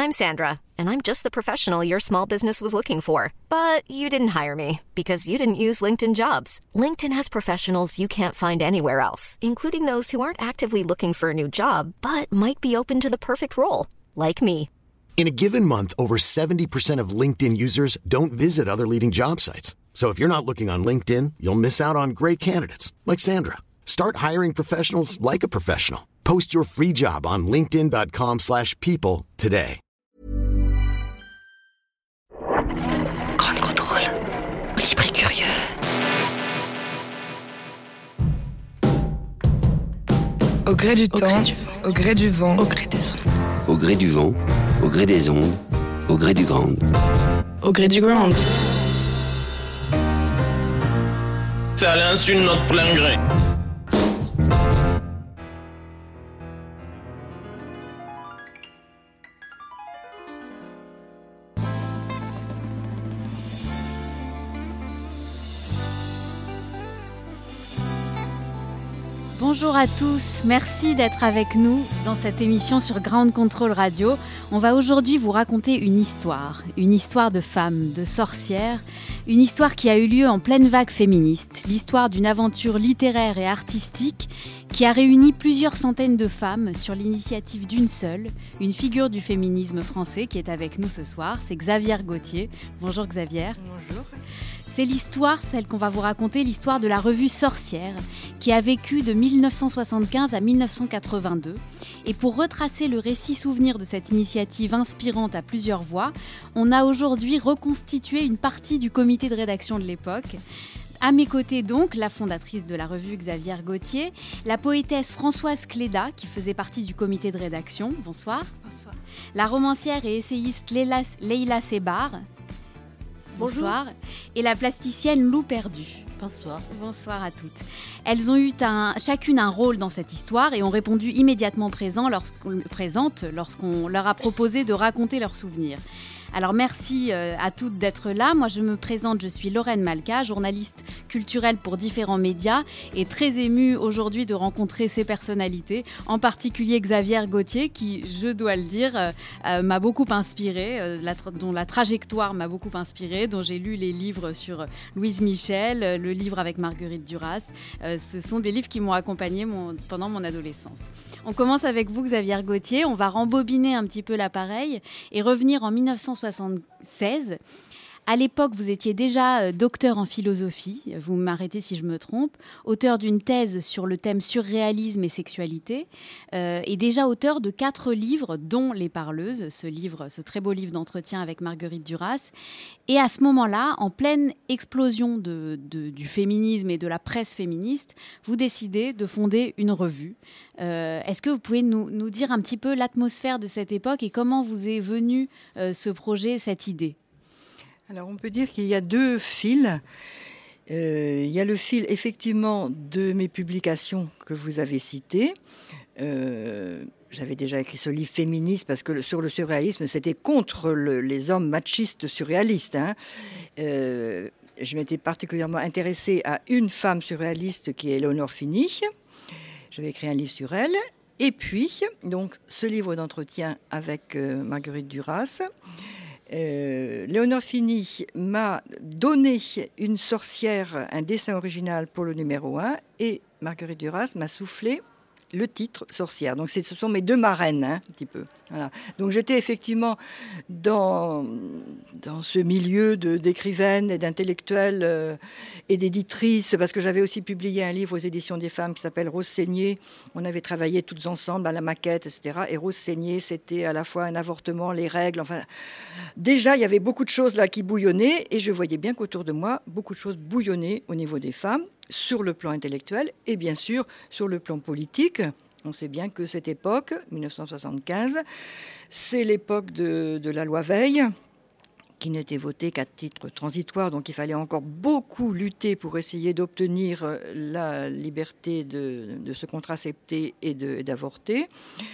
I'm Sandra, and I'm just the professional your small business was looking for. But you didn't hire me because you didn't use LinkedIn Jobs. LinkedIn has professionals you can't find anywhere else, including those who aren't actively looking for a new job, but might be open to the perfect role, like me. In a given month, over 70% of LinkedIn users don't visit other leading job sites. So if you're not looking on LinkedIn, you'll miss out on great candidates like Sandra. Start hiring professionals like a professional. Post your free job on linkedin.com/people today. Grand contrôle. Libre et curieux. Au gré du temps, au gré du vent, au gré des ondes. Au gré du vent, au gré des ondes, au gré du grand. Au gré du grand. C'est à l'insu de notre plein gré. Bonjour à tous, merci d'être avec nous dans cette émission sur Ground Control Radio. On va aujourd'hui vous raconter une histoire de femmes, de sorcières, une histoire qui a eu lieu en pleine vague féministe, l'histoire d'une aventure littéraire et artistique qui a réuni plusieurs centaines de femmes sur l'initiative d'une seule, une figure du féminisme français qui est avec nous ce soir, c'est Xavière Gauthier. Bonjour Xavière. Bonjour. C'est l'histoire, celle qu'on va vous raconter, l'histoire de la revue Sorcière, qui a vécu de 1975 à 1982. Et pour retracer le récit souvenir de cette initiative inspirante à plusieurs voix, on a aujourd'hui reconstitué une partie du comité de rédaction de l'époque. À mes côtés donc, la fondatrice de la revue Xavière Gauthier, la poétesse Françoise Cléda, qui faisait partie du comité de rédaction. Bonsoir. Bonsoir. La romancière et essayiste Leïla Sebar. Bonsoir. Et la plasticienne Lou Perdu. Bonsoir. Bonsoir à toutes. Elles ont eu chacune un rôle dans cette histoire et ont répondu immédiatement présentes lorsqu'on leur a proposé de raconter leurs souvenirs. Alors merci à toutes d'être là. Moi je me présente, je suis Lorraine Malka, journaliste culturelle pour différents médias et très émue aujourd'hui de rencontrer ces personnalités, en particulier Xavière Gauthier qui, je dois le dire, m'a beaucoup inspirée, dont la trajectoire m'a beaucoup inspirée, dont j'ai lu les livres sur Louise Michel, le livre avec Marguerite Duras. Ce sont des livres qui m'ont accompagnée pendant mon adolescence. On commence avec vous Xavière Gauthier, on va rembobiner un petit peu l'appareil et revenir en 1976. À l'époque, vous étiez déjà docteur en philosophie, vous m'arrêtez si je me trompe, auteur d'une thèse sur le thème surréalisme et sexualité, et déjà auteur de 4 livres, dont Les Parleuses, ce très beau livre d'entretien avec Marguerite Duras. Et à ce moment-là, en pleine explosion du féminisme et de la presse féministe, vous décidez de fonder une revue. Est-ce que vous pouvez nous dire un petit peu l'atmosphère de cette époque et comment vous est venu ce projet, cette idée ? Alors on peut dire qu'il y a 2 fils. Il y a le fil effectivement de mes publications que vous avez citées. J'avais déjà écrit ce livre féministe parce que sur le surréalisme, c'était contre les hommes machistes surréalistes. Je m'étais particulièrement intéressée à une femme surréaliste qui est Éléonore Fini. J'avais écrit un livre sur elle. Et puis, donc, ce livre d'entretien avec Marguerite Duras. Léonore Fini m'a donné une sorcière, un dessin original pour le numéro 1 et Marguerite Duras m'a soufflé le titre Sorcière. Donc ce sont mes 2 marraines, un petit peu. Voilà. Donc j'étais effectivement dans ce milieu d'écrivaines et d'intellectuelles et d'éditrices, parce que j'avais aussi publié un livre aux éditions des femmes qui s'appelle Rose Saignée. On avait travaillé toutes ensemble à la maquette, etc. Et Rose Saignée, c'était à la fois un avortement, les règles. Enfin, déjà, il y avait beaucoup de choses là qui bouillonnaient et je voyais bien qu'autour de moi, beaucoup de choses bouillonnaient au niveau des femmes, sur le plan intellectuel et bien sûr sur le plan politique. On sait bien que cette époque, 1975, c'est l'époque de la loi Veil, qui n'était votée qu'à titre transitoire, donc il fallait encore beaucoup lutter pour essayer d'obtenir la liberté de se contracepter et d'avorter.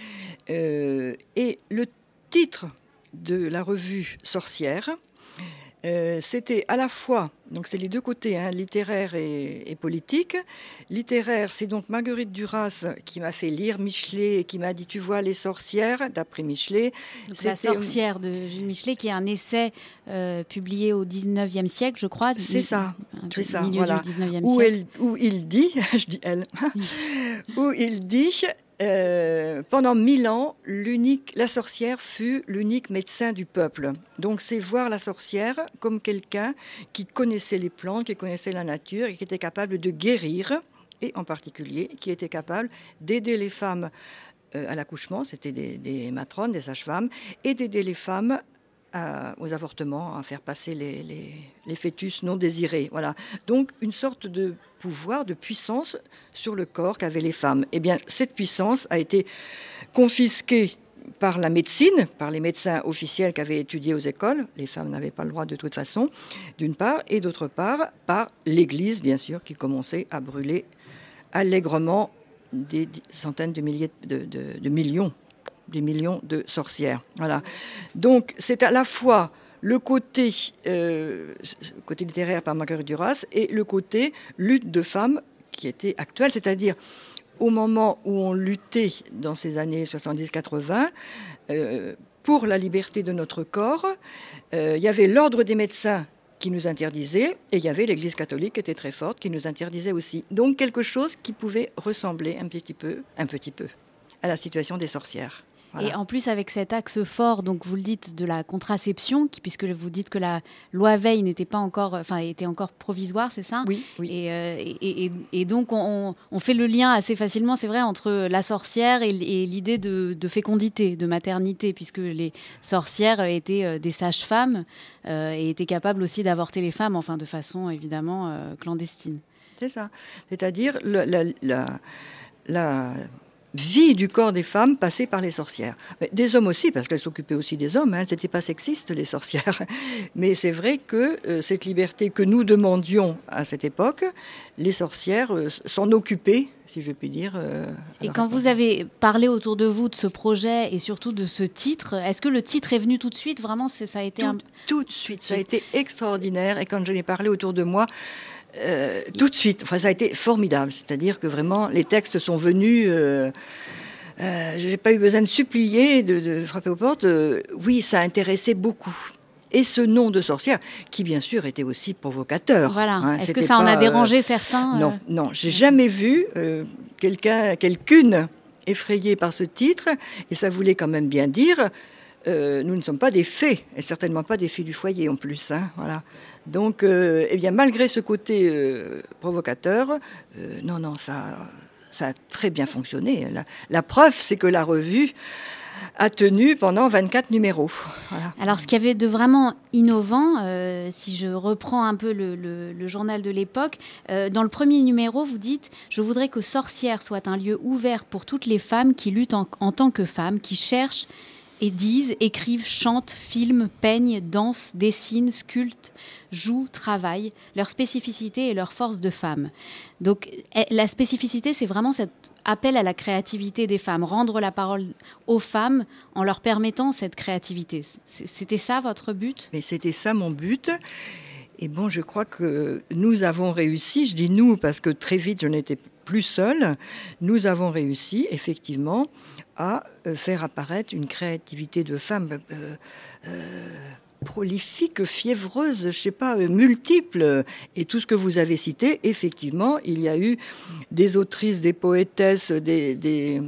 Et le titre de la revue Sorcière C'était à la fois, donc c'est les deux côtés, littéraire et politique. Littéraire, c'est donc Marguerite Duras qui m'a fait lire Michelet et qui m'a dit, tu vois, Les sorcières, d'après Michelet. Donc, La sorcière de Jules Michelet, qui est un essai publié au 19e siècle, je crois. C'est ça, milieu voilà. du 19e siècle. Où il dit, je dis elle, où il dit... pendant 1000 ans, la sorcière fut l'unique médecin du peuple. Donc c'est voir la sorcière comme quelqu'un qui connaissait les plantes, qui connaissait la nature et qui était capable de guérir, et en particulier qui était capable d'aider les femmes à l'accouchement, c'était des matrones, des sages-femmes, et d'aider les femmes aux avortements, à faire passer les fœtus non désirés. Voilà. Donc une sorte de pouvoir, de puissance sur le corps qu'avaient les femmes. Eh bien, cette puissance a été confisquée par la médecine, par les médecins officiels qui avaient étudié aux écoles. Les femmes n'avaient pas le droit de toute façon, d'une part, et d'autre part, par l'Église, bien sûr, qui commençait à brûler allègrement des centaines de milliers des millions de sorcières. Voilà. Donc, c'est à la fois le côté littéraire par Marguerite Duras et le côté lutte de femmes qui était actuelle, c'est-à-dire au moment où on luttait dans ces années 70-80 pour la liberté de notre corps, il y avait l'ordre des médecins qui nous interdisait, et il y avait l'Église catholique qui était très forte, qui nous interdisait aussi. Donc quelque chose qui pouvait ressembler un petit peu, à la situation des sorcières. Voilà. Et en plus, avec cet axe fort, donc vous le dites, de la contraception, puisque vous dites que la loi Veil n'était pas encore, était encore provisoire, c'est ça ? Oui. Et donc, on fait le lien assez facilement, c'est vrai, entre la sorcière et l'idée de fécondité, de maternité, puisque les sorcières étaient des sages-femmes et étaient capables aussi d'avorter les femmes, de façon évidemment clandestine. C'est ça. C'est-à-dire la vie du corps des femmes passée par les sorcières. Mais des hommes aussi, parce qu'elles s'occupaient aussi des hommes. C'était pas sexiste, les sorcières. Mais c'est vrai que cette liberté que nous demandions à cette époque, les sorcières s'en occupaient, si je puis dire. Et quand vous avez parlé autour de vous de ce projet et surtout de ce titre, est-ce que le titre est venu tout de suite ? Vraiment, ça a été tout de suite. Ça a été extraordinaire. Et quand je l'ai parlé autour de moi, tout de suite, ça a été formidable. C'est-à-dire que vraiment, les textes sont venus. Je n'ai pas eu besoin de supplier, de frapper aux portes. Oui, ça a intéressé beaucoup. Et ce nom de sorcière, qui bien sûr était aussi provocateur. Voilà. Est-ce que ça en a dérangé certains ? Non, j'ai jamais vu quelqu'une effrayée par ce titre. Et ça voulait quand même bien dire. Nous ne sommes pas des fées, et certainement pas des filles du foyer en plus. Voilà. Donc, malgré ce côté provocateur, ça a très bien fonctionné. La preuve, c'est que la revue a tenu pendant 24 numéros. Voilà. Alors, ce qu'il y avait de vraiment innovant, si je reprends un peu le journal de l'époque, dans le premier numéro, vous dites « Je voudrais que Sorcière soit un lieu ouvert pour toutes les femmes qui luttent en tant que femmes, qui cherchent et disent, écrivent, chantent, filment, peignent, dansent, dessinent, sculptent, jouent, travaillent, leur spécificité et leur force de femme. » Donc la spécificité, c'est vraiment cet appel à la créativité des femmes, rendre la parole aux femmes en leur permettant cette créativité. C'était ça votre but ? Mais c'était ça mon but. Et bon, je crois que nous avons réussi, je dis nous parce que très vite je n'étais plus seule, nous avons réussi effectivement à faire apparaître une créativité de femmes prolifique, fiévreuse, je ne sais pas, multiple. Et tout ce que vous avez cité, effectivement, il y a eu des autrices, des poétesses, des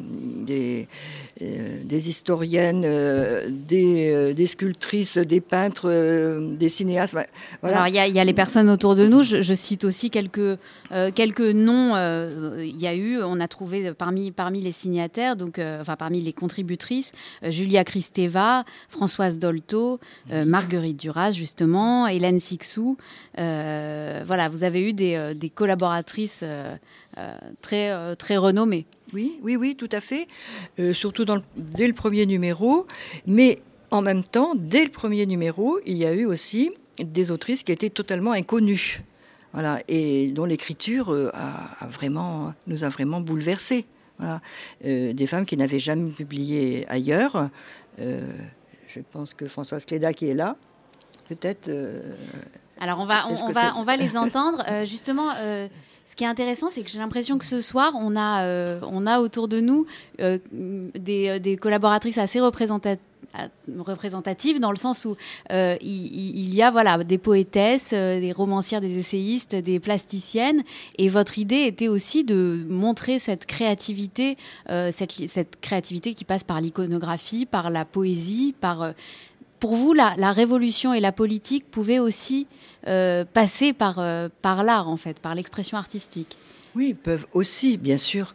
historiennes, des sculptrices, des peintres, des cinéastes. Voilà. Alors, il y a les personnes autour de nous. Je cite aussi quelques noms. Il y a eu, on a trouvé parmi les signataires, parmi les contributrices, Julia Kristeva, Françoise Dolto, Marguerite Duras, justement, Hélène Sixou. Voilà, vous avez eu des collaboratrices très renommées. Oui, tout à fait. Surtout dès le premier numéro. Mais en même temps, dès le premier numéro, il y a eu aussi des autrices qui étaient totalement inconnues. Voilà, et dont l'écriture nous a vraiment bouleversés. Voilà. Des femmes qui n'avaient jamais publié ailleurs. Je pense que Françoise Cléda qui est là, peut-être... Alors, on va les entendre. Justement, ce qui est intéressant, c'est que j'ai l'impression que ce soir, on a autour de nous des collaboratrices assez représentatives, dans le sens où il y a des poétesses, des romancières, des essayistes, des plasticiennes. Et votre idée était aussi de montrer cette créativité, cette créativité qui passe par l'iconographie, par la poésie, Pour vous, la révolution et la politique pouvaient aussi passer par l'art, en fait, par l'expression artistique. Oui, ils peuvent aussi, bien sûr,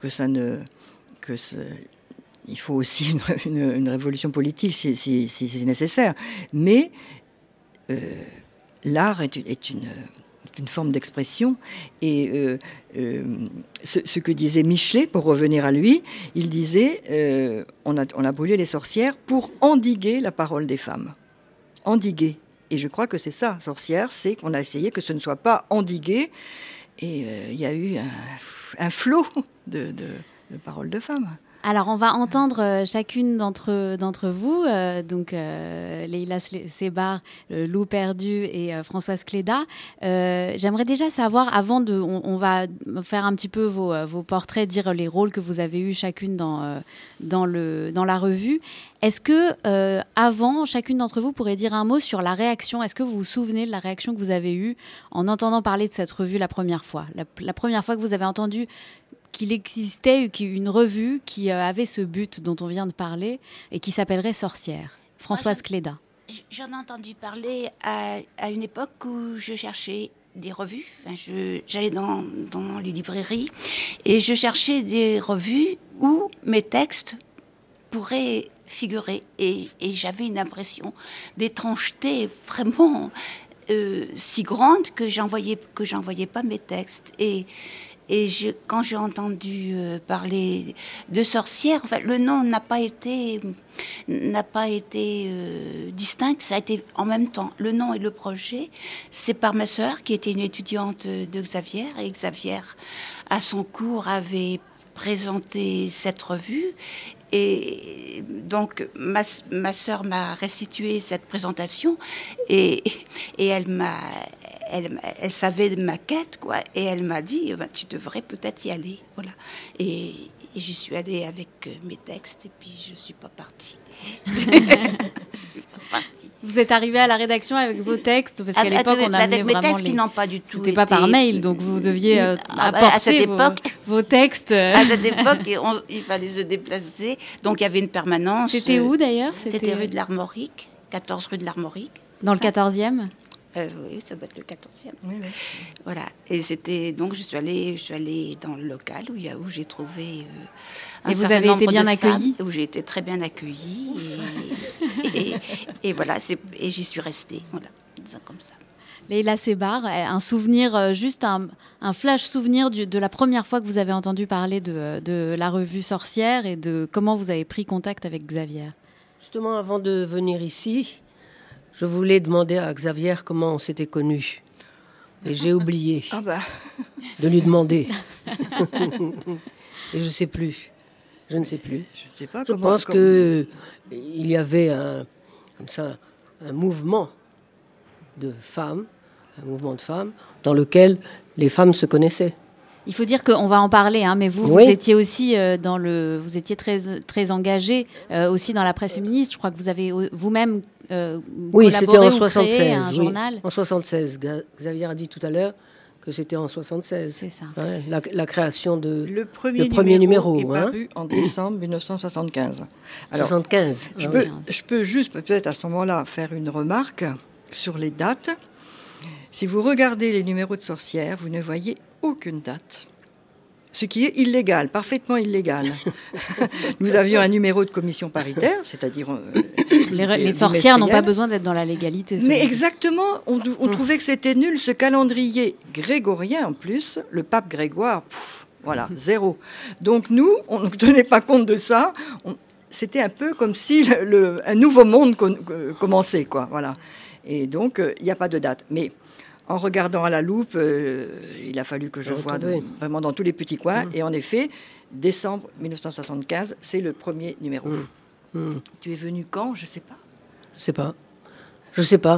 il faut aussi une révolution politique si c'est nécessaire. Mais l'art est une forme d'expression. Et ce que disait Michelet, pour revenir à lui, il disait on a brûlé les sorcières pour endiguer la parole des femmes. Endiguer. Et je crois que c'est ça, sorcière, c'est qu'on a essayé que ce ne soit pas endigué. Et il y a eu un flot de paroles de femmes. Alors, on va entendre chacune d'entre vous, donc Leïla Sebar, Lou Perdu et Françoise Cléda. J'aimerais déjà savoir, on va faire un petit peu vos portraits, dire les rôles que vous avez eus chacune dans la revue. Est-ce que, avant, chacune d'entre vous pourrait dire un mot sur la réaction? Est-ce que vous vous souvenez de la réaction que vous avez eue en entendant parler de cette revue la première fois? La première fois que vous avez entendu qu'il existait une revue qui avait ce but dont on vient de parler et qui s'appellerait Sorcière. Françoise Cléda. J'en ai entendu parler à une époque où je cherchais des revues. J'allais dans les librairies et je cherchais des revues où mes textes pourraient figurer. Et j'avais une impression d'étrangeté vraiment si grande que j'envoyais pas mes textes. Et quand j'ai entendu parler de sorcière, en fait, le nom n'a pas été distinct, ça a été en même temps. Le nom et le projet, c'est par ma sœur, qui était une étudiante de Xavier, et Xavier, à son cours, avait présenté cette revue. Et donc, ma sœur m'a restitué cette présentation et elle savait de ma quête, quoi. Et elle m'a dit, tu devrais peut-être y aller. Voilà. Et j'y suis allée avec mes textes et puis je ne suis pas partie. Vous êtes arrivée à la rédaction avec vos texes, parce qu'à l'époque, on amenait avec mes vraiment textes qui n'ont pas du tout C'était pas par mail, donc vous deviez apporter vos textes. À cette époque, il fallait se déplacer. Donc, il y avait une permanence. C'était où, d'ailleurs? C'était rue de l'Armorique, 14 rue de l'Armorique. Dans le 14e? Oui, ça doit être le 14e. Oui. Voilà. Et c'était... Donc, je suis allée dans le local où j'ai trouvé un et vous certain avez nombre été bien de accueillie? Où j'ai été très bien accueillie. Et voilà, et j'y suis restée. Voilà, comme ça. Leïla Sebar, un souvenir, juste un flash souvenir de la première fois que vous avez entendu parler de la revue Sorcière et de comment vous avez pris contact avec Xavier. Justement, avant de venir ici, je voulais demander à Xavier comment on s'était connus. Et j'ai oublié de lui demander. Et je ne sais plus. Je ne sais plus. Je ne sais pas je pense qu'il y avait un mouvement de femmes, dans lequel les femmes se connaissaient. Il faut dire qu'on va en parler, mais vous étiez aussi vous étiez très très engagé aussi dans la presse féministe. Je crois que vous avez vous-même collaboré ou créé un journal. En 76. Xavier a dit tout à l'heure que c'était en 76. C'est ça. Ouais, la création de le premier numéro est paru en décembre 1975. Alors, 75. Je peux juste peut-être à ce moment-là faire une remarque sur les dates. Si vous regardez les numéros de Sorcière, vous ne voyez aucune date. Ce qui est illégal, parfaitement illégal. Nous avions un numéro de commission paritaire, c'est-à-dire... les sorcières n'ont pas besoin d'être dans la légalité. Mais exactement, on trouvait que c'était nul, ce calendrier grégorien en plus, le pape Grégoire, voilà, zéro. Donc nous, on ne tenait pas compte de ça, c'était un peu comme si un nouveau monde commençait, quoi, voilà. Et donc, il n'y a pas de date. Mais en regardant à la loupe, il a fallu que je voie vraiment dans tous les petits coins. Et en effet, décembre 1975, c'est le premier numéro. Tu es venu quand? Je ne sais pas. Je sais pas.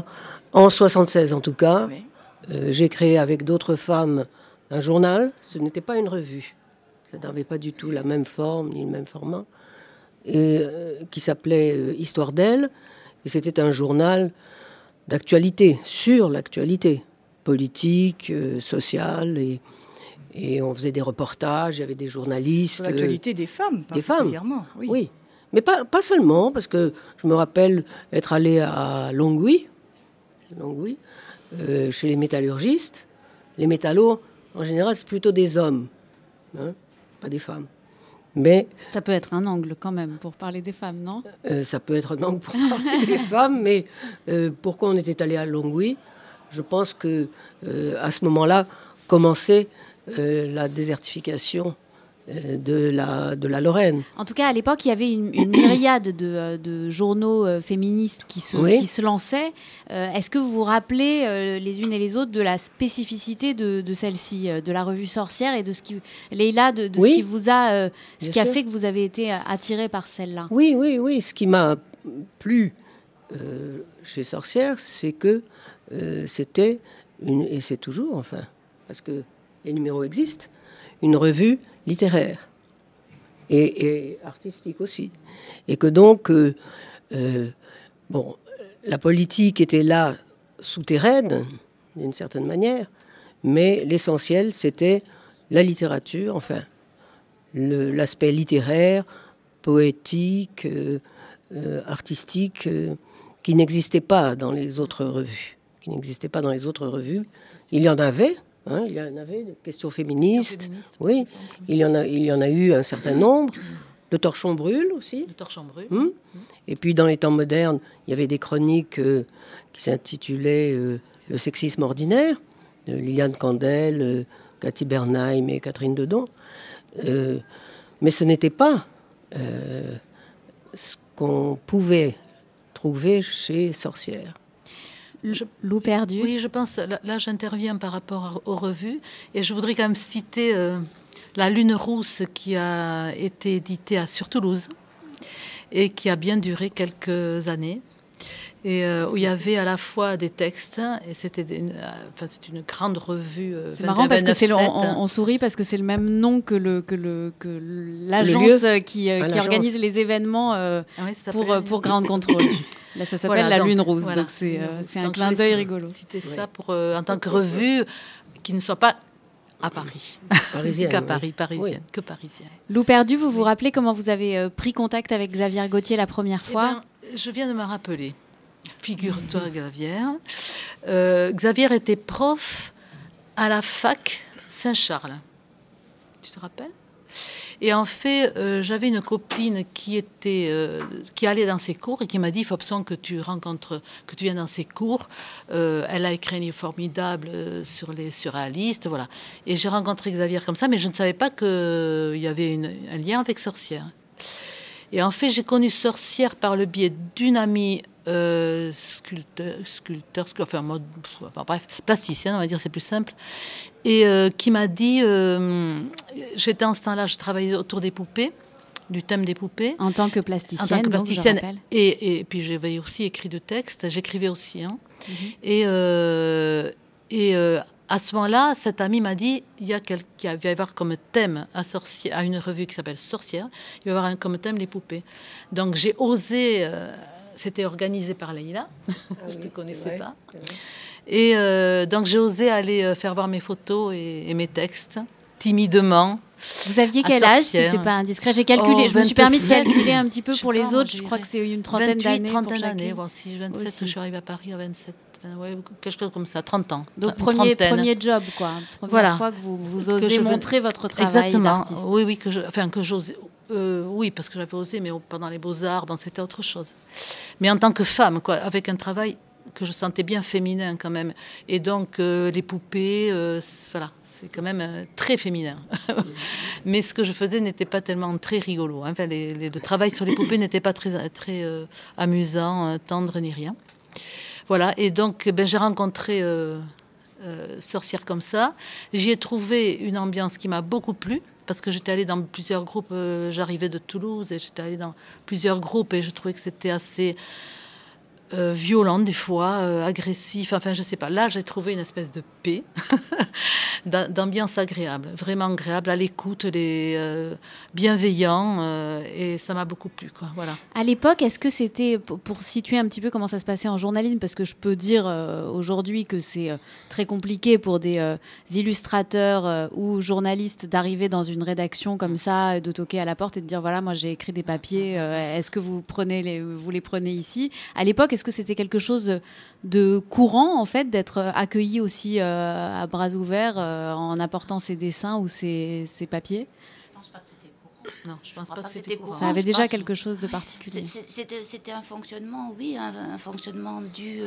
En 76, en tout cas, Oui. J'ai créé avec d'autres femmes un journal. Ce n'était pas une revue. Ça n'avait pas du tout la même forme ni le même format. Et, qui s'appelait Histoire d'elle. Et c'était un journal d'actualité, sur l'actualité politique, sociale. Et on faisait des reportages, il y avait des journalistes. Sur l'actualité des femmes, particulièrement. Oui. Mais pas seulement, parce que je me rappelle être allé à Longwy, chez les métallurgistes. Les métallos, en général, c'est plutôt des hommes, hein, pas des femmes. Mais ça peut être un angle quand même pour parler des femmes, non ? Ça peut être un angle pour parler des femmes, mais pourquoi on était allé à Longwy ? Je pense que à ce moment-là commençait la désertification de la Lorraine. En tout cas, à l'époque, il y avait une myriade de journaux féministes qui se lançaient. Est-ce que vous vous rappelez les unes et les autres de la spécificité de celle-ci, de la revue Sorcière, et de ce qui, Leïla, ce qui vous a, ce qui a fait que vous avez été attirée par celle-là ? Oui. Ce qui m'a plu chez Sorcière, c'est que c'était et c'est toujours, enfin, parce que les numéros existent, une revue littéraire et artistique aussi. Et que donc, la politique était là, souterraine, d'une certaine manière, mais l'essentiel, c'était la littérature, enfin, l'aspect littéraire, poétique, artistique, qui n'existait pas dans les autres revues. Il y en avait. Il y en avait des questions féministes. Oui, il y en a eu un certain nombre. Le torchon brûle aussi. Et puis dans les temps modernes, il y avait des chroniques qui s'intitulaient Le sexisme ordinaire, de Liliane Candel, Cathy Bernheim et Catherine Dedon. Mais ce n'était pas ce qu'on pouvait trouver chez Sorcière. Loup perdu. Oui, je pense, là j'interviens par rapport aux revues, et je voudrais quand même citer La Lune Rousse, qui a été éditée sur Toulouse et qui a bien duré quelques années, et où il y avait à la fois des textes, et c'était c'est une grande revue. C'est marrant parce que on sourit parce que c'est le même nom que l'agence qui organise les événements pour Ground Control. Là, ça s'appelle La Lune Rousse, donc c'est un clin d'œil rigolo. C'était ça pour en tant que revue qui ne soit pas à Paris, parisienne. Loup perdu, vous vous rappelez comment vous avez pris contact avec Xavier Gauthier la première fois ? Je viens de me rappeler. Figure-toi, Xavier. Xavier était prof à la fac Saint-Charles. Tu te rappelles ? Et en fait, j'avais une copine qui allait dans ses cours et qui m'a dit: il faut absolument que tu viennes dans ses cours. Elle a écrit un livre formidable sur les surréalistes, voilà. Et j'ai rencontré Xavier comme ça, mais je ne savais pas qu'il y avait un lien avec Sorcière. Et en fait, j'ai connu Sorcière par le biais d'une amie plasticienne, on va dire, c'est plus simple, et qui m'a dit, j'étais en ce temps-là, je travaillais autour des poupées, du thème des poupées. En tant que plasticienne, donc, je rappelle. Et puis j'avais aussi écrit de textes, j'écrivais aussi. Mm-hmm. Et à ce moment-là, cette amie m'a dit, il va y avoir comme thème à une revue qui s'appelle Sorcière, il va y avoir comme thème les poupées. Donc j'ai osé... C'était organisé par Leïla, je ne te connaissais pas. Et donc j'ai osé aller faire voir mes photos et mes textes, timidement. Vous aviez quel âge, si c'est pas indiscret? J'ai calculé, je me suis permis de calculer un petit peu pour les autres, je crois que c'est une trentaine d'années. 30 d'années, si 27, je suis arrivée à Paris à 27. Ouais, quelque chose comme ça, 30 ans. Donc premier job, quoi. Première fois que vous osez montrer votre travail d'artiste. Oui, que j'ose. Oui, parce que j'avais osé, mais pendant les Beaux-Arts, c'était autre chose. Mais en tant que femme, quoi, avec un travail que je sentais bien féminin quand même. Et donc, les poupées, voilà, c'est quand même très féminin. Mais ce que je faisais n'était pas tellement très rigolo. Enfin, le travail sur les poupées n'était pas très amusant, tendre, ni rien. Voilà, et donc j'ai rencontré Sorcière comme ça. J'y ai trouvé une ambiance qui m'a beaucoup plu, parce que j'étais allée dans plusieurs groupes, j'arrivais de Toulouse, et j'étais allée dans plusieurs groupes, et je trouvais que c'était assez violent des fois, agressif. Enfin, je sais pas. Là, j'ai trouvé une espèce de paix, d'ambiance agréable, vraiment agréable, à l'écoute, bienveillant, et ça m'a beaucoup plu, quoi. Voilà. À l'époque, est-ce que c'était, pour situer un petit peu comment ça se passait en journalisme, parce que je peux dire aujourd'hui que c'est très compliqué pour des illustrateurs ou journalistes d'arriver dans une rédaction comme ça, de toquer à la porte et de dire voilà, moi j'ai écrit des papiers, est-ce que vous les prenez ici ? À l'époque, est-ce que c'était quelque chose de courant, en fait, d'être accueilli aussi à bras ouverts en apportant ses dessins ou ses papiers ? Je pense pas que c'était courant. Non, je pense pas que c'était courant. Ça avait déjà quelque chose de particulier. C'était un fonctionnement, oui, un fonctionnement dû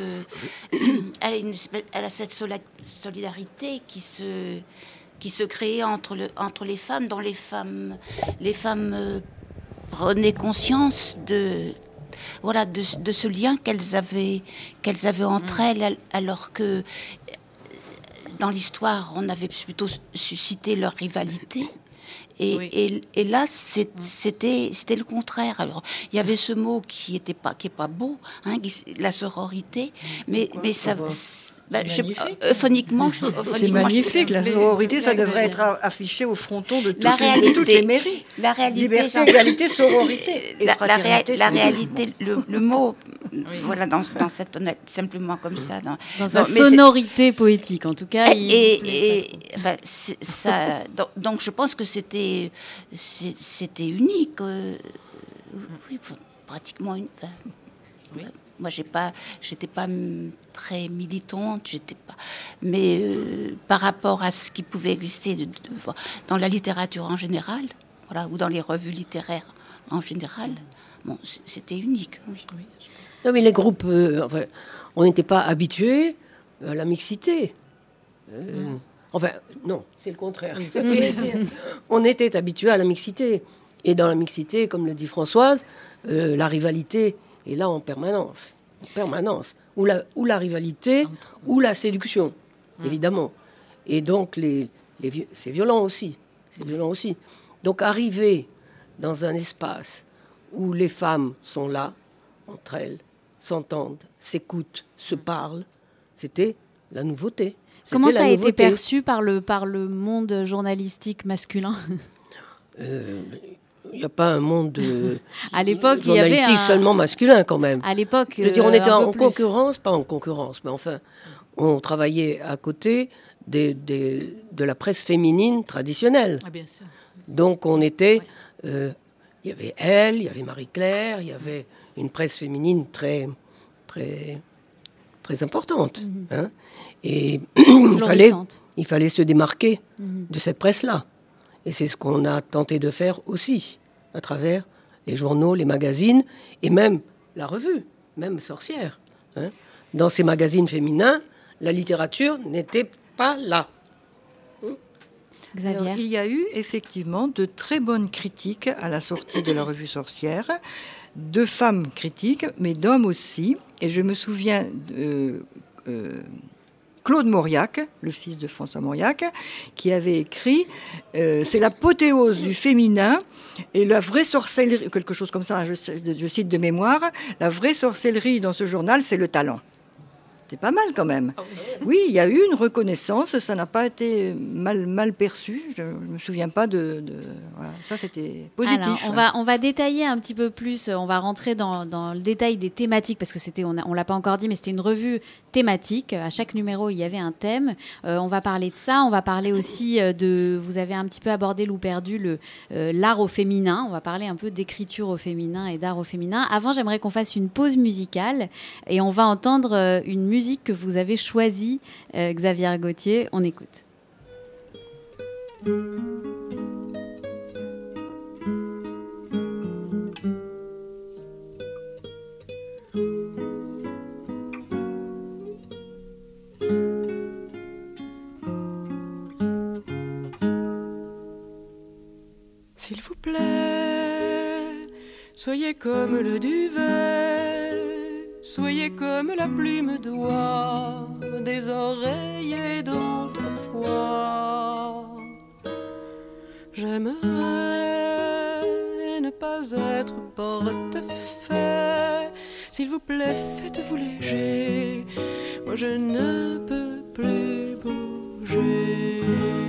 à cette solidarité qui se créait entre les femmes, dont les femmes prenaient conscience de ce lien qu'elles avaient entre elles, alors que dans l'histoire, on avait plutôt suscité leur rivalité. Et là, c'était le contraire. Alors, il y avait ce mot qui est pas beau, hein, la sororité, mais ça. Phoniquement, c'est magnifique. La sororité, ça devrait être affiché au fronton de toutes les mairies. La réalité, liberté, égalité, sororité. La réalité, le mot, voilà, dans cette simplement comme ça. Dans sa sonorité poétique, en tout cas. Donc, je pense que c'était unique. Oui, pratiquement une. Oui. Moi, j'étais pas très militante, mais par rapport à ce qui pouvait exister dans la littérature en général, voilà, ou dans les revues littéraires en général, bon, c'était unique. Oui. Non, mais les groupes, on n'était pas habitués à la mixité. Enfin, non, c'est le contraire. On était habitués à la mixité. Et dans la mixité, comme le dit Françoise, la rivalité est là en permanence. Ou la rivalité, ou la séduction, évidemment. Et donc, c'est violent aussi. Donc, arriver dans un espace où les femmes sont là, entre elles, s'entendent, s'écoutent, se parlent, c'était la nouveauté. Comment ça a été perçu par le monde journalistique masculin ? Il n'y a pas un monde à l'époque, journalistique il y avait seulement masculin, quand même. À l'époque, je veux dire, on était en concurrence, pas en concurrence, mais enfin, on travaillait à côté de la presse féminine traditionnelle. Ah, bien sûr. Donc, on était... il y avait elle, il y avait Marie-Claire, il y avait une presse féminine très, très, très importante. Hein, et il fallait se démarquer de cette presse-là. Et c'est ce qu'on a tenté de faire aussi, à travers les journaux, les magazines, et même la revue, même Sorcière. Hein. Dans ces magazines féminins, la littérature n'était pas là. Xavier. Alors, il y a eu effectivement de très bonnes critiques à la sortie de la revue Sorcière, de femmes critiques, mais d'hommes aussi. Et je me souviens Claude Mauriac, le fils de François Mauriac, qui avait écrit c'est l'apothéose du féminin et la vraie sorcellerie, quelque chose comme ça, je cite de mémoire, la vraie sorcellerie dans ce journal, c'est le talent. C'est pas mal quand même. Oui, il y a eu une reconnaissance, ça n'a pas été mal perçu. Je ne me souviens pas voilà, ça c'était positif. Alors, on va détailler un petit peu plus, on va rentrer dans le détail des thématiques, parce que on l'a pas encore dit, mais c'était une revue thématique. À chaque numéro, il y avait un thème. On va parler de ça, on va parler aussi vous avez un petit peu abordé, Loup Perdu, l'art au féminin. On va parler un peu d'écriture au féminin et d'art au féminin. Avant, j'aimerais qu'on fasse une pause musicale et on va entendre une musique que vous avez choisie, Xavier Gauthier. On écoute. S'il vous plaît, soyez comme le duvet, soyez comme la plume d'oie des oreillers d'autrefois. J'aimerais ne pas être portefaix, s'il vous plaît, faites-vous léger. Moi je ne peux plus bouger.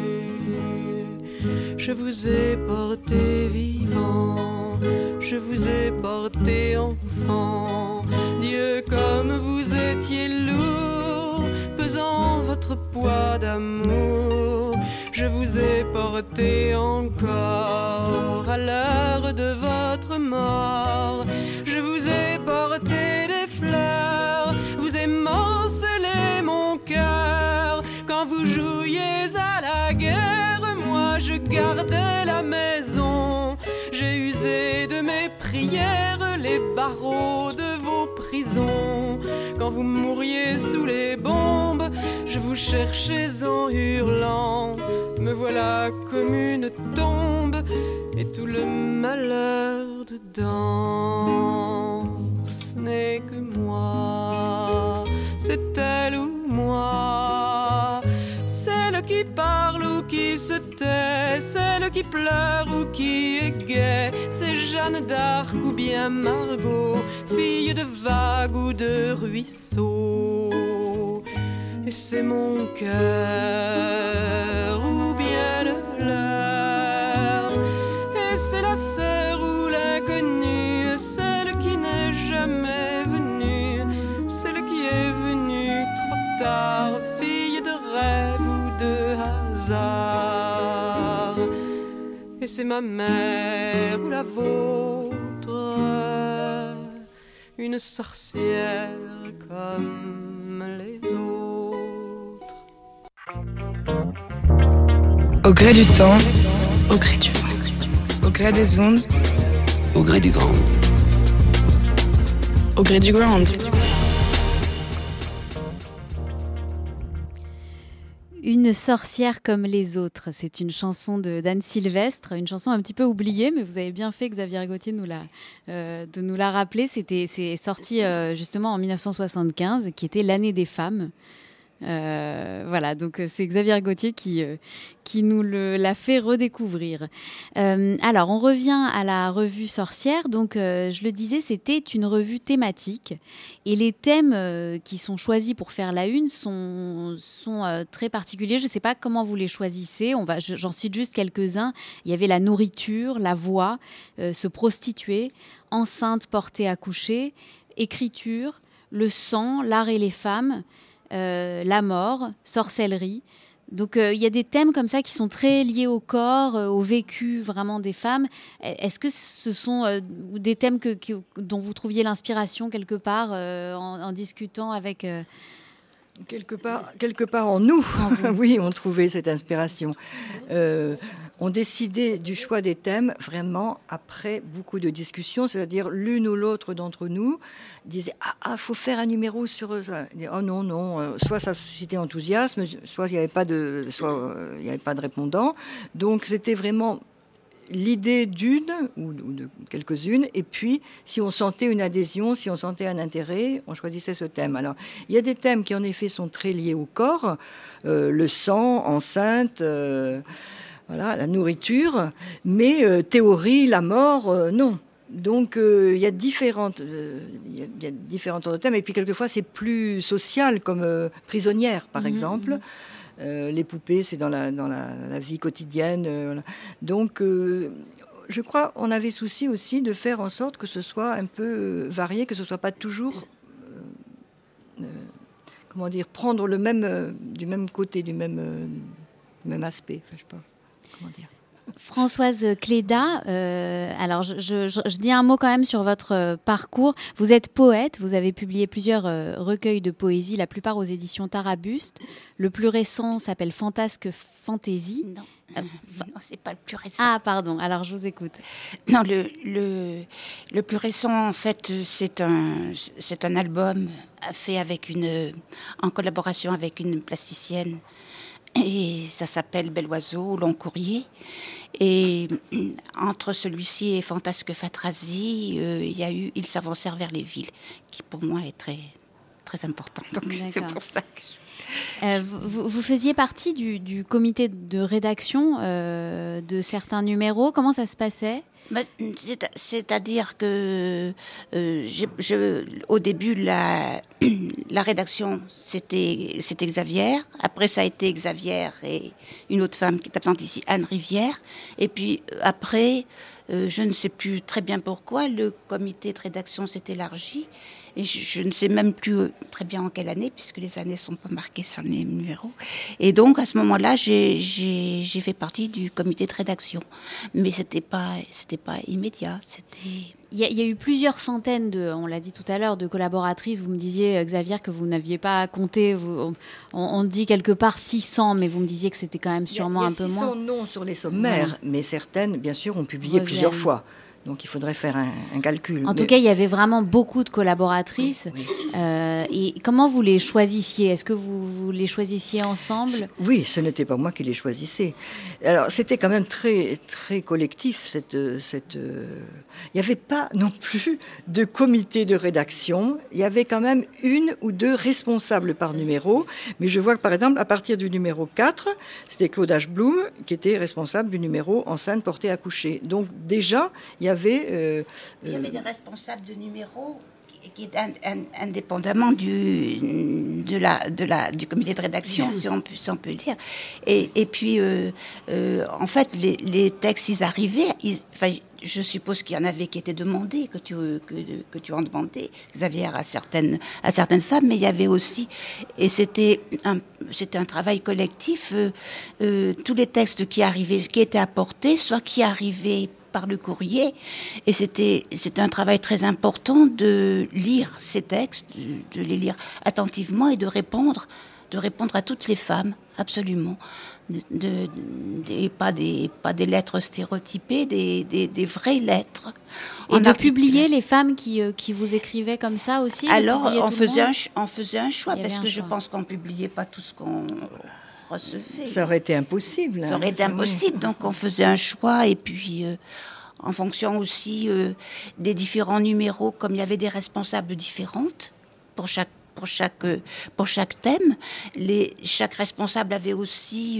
Je vous ai porté vivant, je vous ai porté enfant. Dieu, comme vous étiez lourd, pesant votre poids d'amour. Je vous ai porté encore à l'heure de votre mort. Je vous ai porté des fleurs, vous émancelez mon cœur. Quand vous jouiez à la guerre, moi je gardais la maison. J'ai usé de mes prières les barreaux de vos prisons. Quand vous mouriez sous les bombes, je vous cherchais en hurlant. Me voilà comme une tombe et tout le malheur dedans. Ce n'est que moi, c'est elle ou moi. Celle qui parle ou qui se tait, celle qui pleure ou qui est gaie. C'est Jeanne d'Arc ou bien Margot, fille de vagues ou de ruisseaux. Et c'est mon cœur ou bien le leur. Et c'est la sœur ou l'inconnue, celle qui n'est jamais venue, celle qui est venue trop tard, fille de rêve ou de hasard. Et c'est ma mère ou la vôtre, une sorcière comme les autres. Au gré du temps, Au gré du vent. au gré des ondes, Au gré du grand. Au gré du ground. Une sorcière comme les autres, c'est une chanson d'Anne Sylvestre, une chanson un petit peu oubliée, mais vous avez bien fait, Xavier Gauthier, de nous la rappeler. C'est sorti justement en 1975, qui était l'année des femmes. Voilà, donc c'est Xavier Gauthier qui nous l'a fait redécouvrir. Alors, on revient à la revue Sorcière. Donc, je le disais, c'était une revue thématique. Et les thèmes qui sont choisis pour faire la une sont très particuliers. Je ne sais pas comment vous les choisissez. J'en cite juste quelques-uns. Il y avait la nourriture, la voix, se prostituer, enceinte, portée, accoucher, écriture, le sang, l'art et les femmes, la mort, sorcellerie. Donc il y a des thèmes comme ça qui sont très liés au corps, au vécu vraiment des femmes. Est-ce que ce sont des thèmes dont vous trouviez l'inspiration quelque part en discutant avec... Quelque part en nous, oui, on trouvait cette inspiration. On décidait du choix des thèmes vraiment après beaucoup de discussions, c'est-à-dire l'une ou l'autre d'entre nous disait faut faire un numéro sur ça. Oh non, soit ça suscitait enthousiasme, soit il n'y avait pas de répondant. Donc c'était vraiment l'idée d'une ou de quelques-unes, et puis si on sentait une adhésion, si on sentait un intérêt, on choisissait ce thème. Alors, il y a des thèmes qui en effet sont très liés au corps, le sang, enceinte, la nourriture, mais théorie, la mort, non. Donc il y a différentes sortes de thèmes, et puis quelquefois c'est plus social, comme prisonnière par exemple. Les poupées, c'est dans la vie quotidienne. Voilà. Donc, je crois qu'on avait souci aussi de faire en sorte que ce soit un peu varié, que ce ne soit pas toujours, prendre le même, du même côté, du même aspect. Enfin, je sais pas comment dire. Françoise Cléda, alors je dis un mot quand même sur votre parcours. Vous êtes poète, vous avez publié plusieurs recueils de poésie, la plupart aux éditions Tarabuste. Le plus récent s'appelle Fantasque Fantaisie. Non, c'est pas le plus récent. Ah, pardon, alors je vous écoute. Non, le plus récent, en fait, c'est un album fait en collaboration avec une plasticienne. Et ça s'appelle Bel Oiseau, Long Courrier. Et entre celui-ci et Fantasque Fantasie, il y a eu Ils s'avancèrent vers les villes, qui pour moi est très, très important. Donc c'est pour ça que... Vous faisiez partie du comité de rédaction de certains numéros. Comment ça se passait ? C'est-à-dire que au début, la rédaction, c'était Xavier. Après, ça a été Xavier et une autre femme qui est absente ici, Anne Rivière. Et puis après, je ne sais plus très bien pourquoi, le comité de rédaction s'est élargi. Et je ne sais même plus très bien en quelle année, puisque les années ne sont pas marquées sur les numéros. Et donc, à ce moment-là, j'ai fait partie du comité de rédaction. Mais c'était pas immédiat. Il y a eu plusieurs centaines on l'a dit tout à l'heure, de collaboratrices. Vous me disiez, Xavier, que vous n'aviez pas compté. On dit quelque part 600, mais vous me disiez que c'était quand même sûrement un peu moins. 600 noms sur les sommaires, mais certaines, bien sûr, ont publié plusieurs fois. Donc il faudrait faire un calcul. En tout cas, il y avait vraiment beaucoup de collaboratrices. Oui. Et comment vous les choisissiez ? Est-ce que vous les choisissiez ensemble ? Oui, ce n'était pas moi qui les choisissais. Alors c'était quand même très, très collectif. Il n'y avait pas non plus de comité de rédaction. Il y avait quand même 1 ou 2 responsables par numéro. Mais je vois que par exemple, à partir du numéro 4, c'était Claude H. Blum qui était responsable du numéro Enceinte, portée, accouchée. Donc déjà, il y avait des responsables de numéros qui indépendamment du comité de rédaction, si on peut le dire. Et puis, en fait, les textes, ils arrivaient. Je suppose qu'il y en avait qui étaient demandés, que tu en demandais, Xavier, à certaines femmes, mais il y avait aussi, et c'était un travail collectif, tous les textes qui arrivaient, qui étaient apportés, soit qui arrivaient par le courrier, et c'était un travail très important de lire ces textes, de les lire attentivement et de répondre à toutes les femmes, absolument, pas des lettres stéréotypées, des vraies lettres. Et de publier les femmes qui vous écrivaient comme ça aussi. Alors on faisait un choix, parce que je pense qu'on publiait pas tout ce qu'on recevait. Ça aurait été impossible. Ça aurait été impossible, donc on faisait un choix, et puis en fonction aussi des différents numéros, comme il y avait des responsables différentes pour chaque thème, chaque responsable avait aussi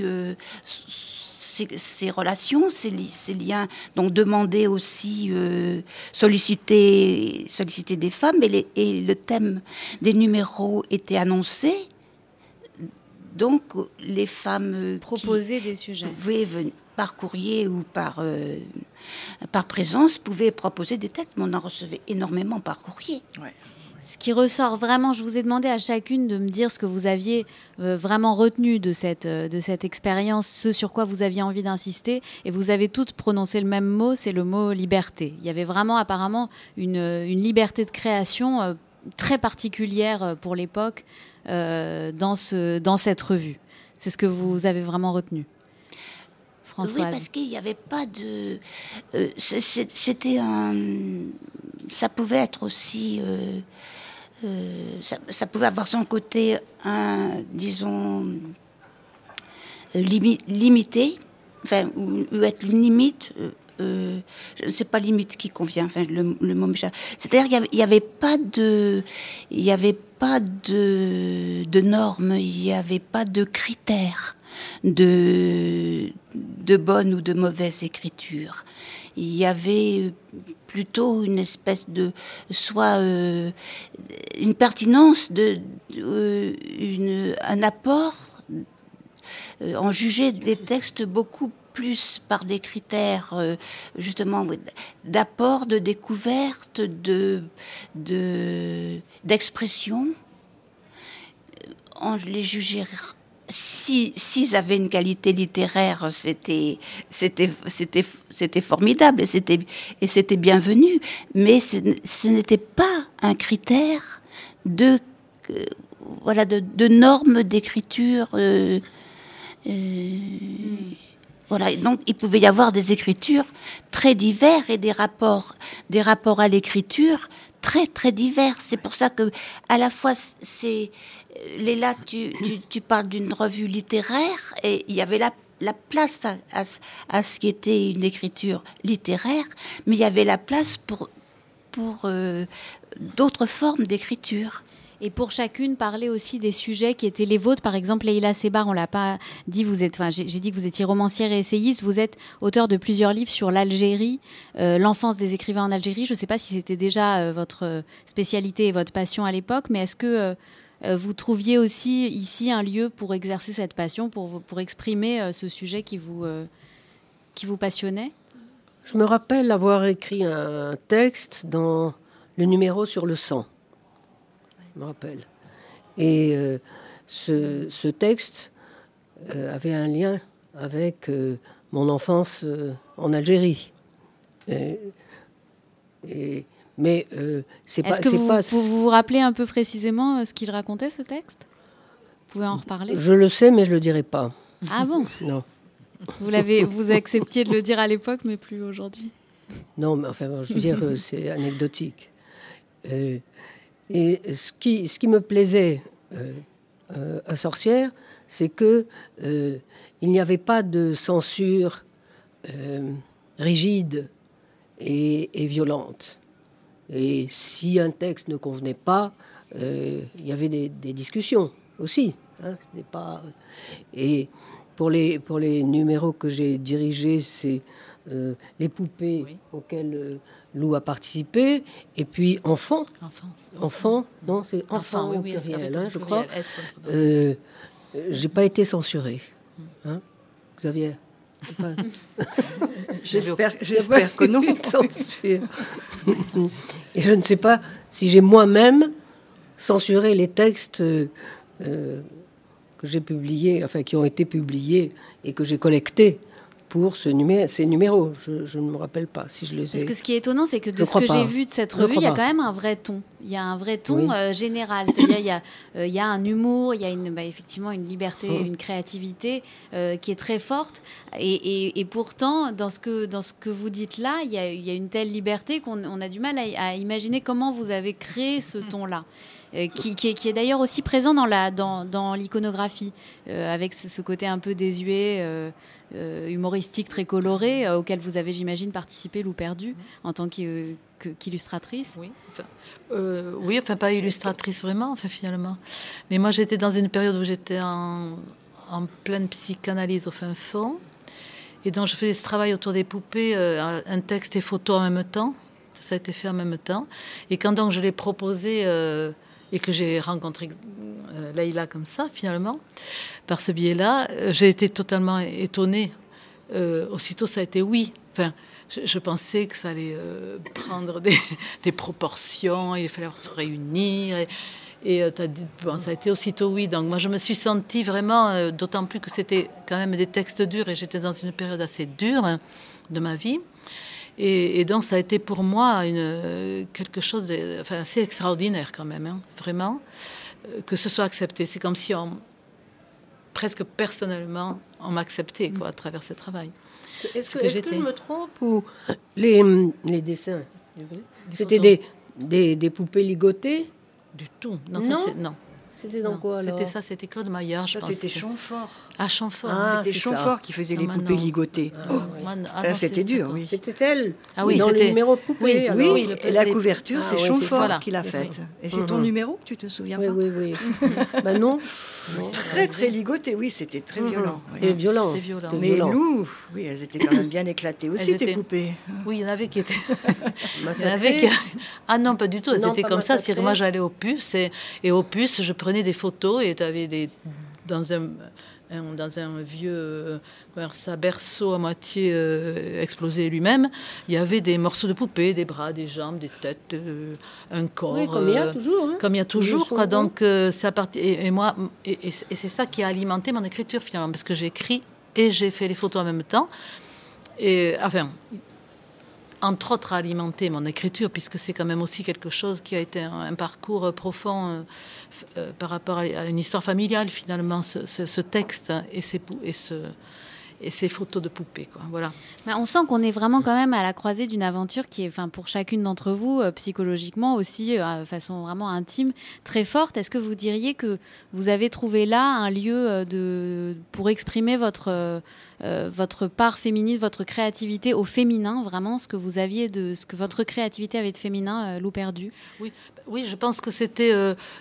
ses relations, ses liens, donc demander aussi, solliciter des femmes, et le thème des numéros était annoncé. Donc, les femmes proposaient des sujets. Par courrier ou par présence, pouvaient proposer des textes, mais on en recevait énormément par courrier. Ouais. Ce qui ressort vraiment, je vous ai demandé à chacune de me dire ce que vous aviez vraiment retenu de cette expérience, ce sur quoi vous aviez envie d'insister, et vous avez toutes prononcé le même mot, c'est le mot liberté. Il y avait vraiment apparemment une liberté de création très particulière pour l'époque dans cette revue. C'est ce que vous avez vraiment retenu. Françoise. Oui, parce qu'il n'y avait pas de... ça pouvait être aussi... ça pouvait avoir son côté, disons, limité, enfin, ou être une limite... je ne sais pas limite qui convient, enfin le mot m'échappe. C'est-à-dire qu'il n'y avait pas de normes, il n'y avait pas de critères de bonne ou de mauvaise écriture. Il y avait plutôt une espèce de soit une pertinence un apport. On jugeait les textes beaucoup plus par des critères justement d'apport, de découverte, d'expression. On les jugeait. S'ils avaient une qualité littéraire, c'était formidable et c'était bienvenu. Mais ce n'était pas un critère de normes d'écriture. Voilà, donc il pouvait y avoir des écritures très diverses et des rapports à l'écriture très très divers. C'est pour ça que à la fois Léla, tu parles d'une revue littéraire, et il y avait la place à ce qui était une écriture littéraire, mais il y avait la place pour d'autres formes d'écriture. Et pour chacune, parler aussi des sujets qui étaient les vôtres. Par exemple, Leïla Sebar, on l'a pas dit, j'ai dit que vous étiez romancière et essayiste. Vous êtes auteur de plusieurs livres sur l'Algérie, l'enfance des écrivains en Algérie. Je ne sais pas si c'était déjà votre spécialité et votre passion à l'époque, mais est-ce que vous trouviez aussi ici un lieu pour exercer cette passion, pour exprimer ce sujet qui vous passionnait ? Je me rappelle avoir écrit un texte dans le numéro sur le sang. Je me rappelle. Et ce texte avait un lien avec mon enfance en Algérie. Mais c'est pas... Est-ce que vous vous rappelez un peu précisément ce qu'il racontait, ce texte ? Vous pouvez en reparler ? Je le sais, mais je le dirai pas. Ah bon ? Non. Vous acceptiez de le dire à l'époque, mais plus aujourd'hui ? Non, mais enfin, je veux dire, c'est anecdotique. Et ce qui me plaisait à Sorcière, c'est que il n'y avait pas de censure rigide et violente. Et si un texte ne convenait pas, il y avait des discussions aussi. Hein, c'était pas... Et pour les numéros que j'ai dirigés, c'est les poupées auxquelles Lou a participé, et puis enfant, non, c'est enfant au pluriel, hein, je crois. J'ai pas été censurée, hein, Xavier. J'espère que non. Et je ne sais pas si j'ai moi-même censuré les textes que j'ai publiés, enfin qui ont été publiés et que j'ai collectés pour ces numéros. Je ne me rappelle pas si je les ai... Parce que ce qui est étonnant, c'est que de ce que j'ai vu de cette revue, il y a quand même un vrai ton. Il y a un vrai ton général. C'est-à-dire il y a un humour, il y a effectivement une liberté, une créativité qui est très forte. Et pourtant, dans ce que vous dites là, il y a une telle liberté qu'on a du mal à imaginer comment vous avez créé ce ton-là. Qui est d'ailleurs aussi présent dans l'iconographie, avec ce côté un peu désuet, humoristique, très coloré, auquel vous avez, j'imagine, participé, Lou Perdu, en tant qu'illustratrice. Oui, enfin pas illustratrice vraiment, enfin finalement. Mais moi, j'étais dans une période où j'étais en pleine psychanalyse au fin fond, et donc je faisais ce travail autour des poupées, un texte et photo en même temps. Ça a été fait en même temps. Et quand donc je l'ai proposé... et que j'ai rencontré Leïla comme ça, finalement, par ce biais-là, j'ai été totalement étonnée. Aussitôt, ça a été oui. Enfin, je pensais que ça allait prendre des proportions, il fallait se réunir. Et ça a été aussitôt oui. Donc moi, je me suis sentie vraiment, d'autant plus que c'était quand même des textes durs, et j'étais dans une période assez dure de ma vie. Et donc, ça a été pour moi quelque chose assez extraordinaire quand même, hein, vraiment, que ce soit accepté. C'est comme si presque personnellement, on m'acceptait à travers ce travail. Est-ce que je me trompe ou les dessins, c'était des poupées ligotées? Du tout. Non. C'était dans quoi alors? C'était Claude Maillard, je pense. C'était Chamfort. Ah, Chamfort. C'était Chamfort qui faisait les poupées ligotées. C'était dur, oui. C'était elle oui, dans le numéro de poupée. Oui, et la couverture, c'est Chamfort qui l'a faite. Et c'est ton numéro, tu te souviens pas? Oui. Ben non. Très, très ligoté, oui, c'était très violent. C'était violent. Mais Lou, oui, elles étaient quand même bien éclatées aussi, tes poupées. Oui, il y en avait qui étaient... Ah non, pas du tout. Elles étaient comme ça. C'est que moi, j'allais au puce, et au puce, je prenais des photos, et tu avais dans un vieux berceau à moitié explosé lui-même, il y avait des morceaux de poupées, des bras, des jambes, des têtes, un corps. Oui, comme il y a toujours. Hein. Comme il y a toujours, quoi. Donc, c'est à partir... Et moi, et c'est ça qui a alimenté mon écriture, finalement, parce que j'ai écrit et j'ai fait les photos en même temps. Et, enfin... entre autres, à alimenter mon écriture, puisque c'est quand même aussi quelque chose qui a été un parcours profond par rapport à une histoire familiale, finalement, ce texte et et ces photos de poupées, quoi. Voilà. Mais on sent qu'on est vraiment quand même à la croisée d'une aventure qui est, pour chacune d'entre vous, psychologiquement aussi, de façon vraiment intime, très forte. Est-ce que vous diriez que vous avez trouvé là un lieu pour exprimer votre part féminine, votre créativité au féminin, vraiment ce que votre créativité avait de féminin, Loup perdu? Oui, je pense que c'était...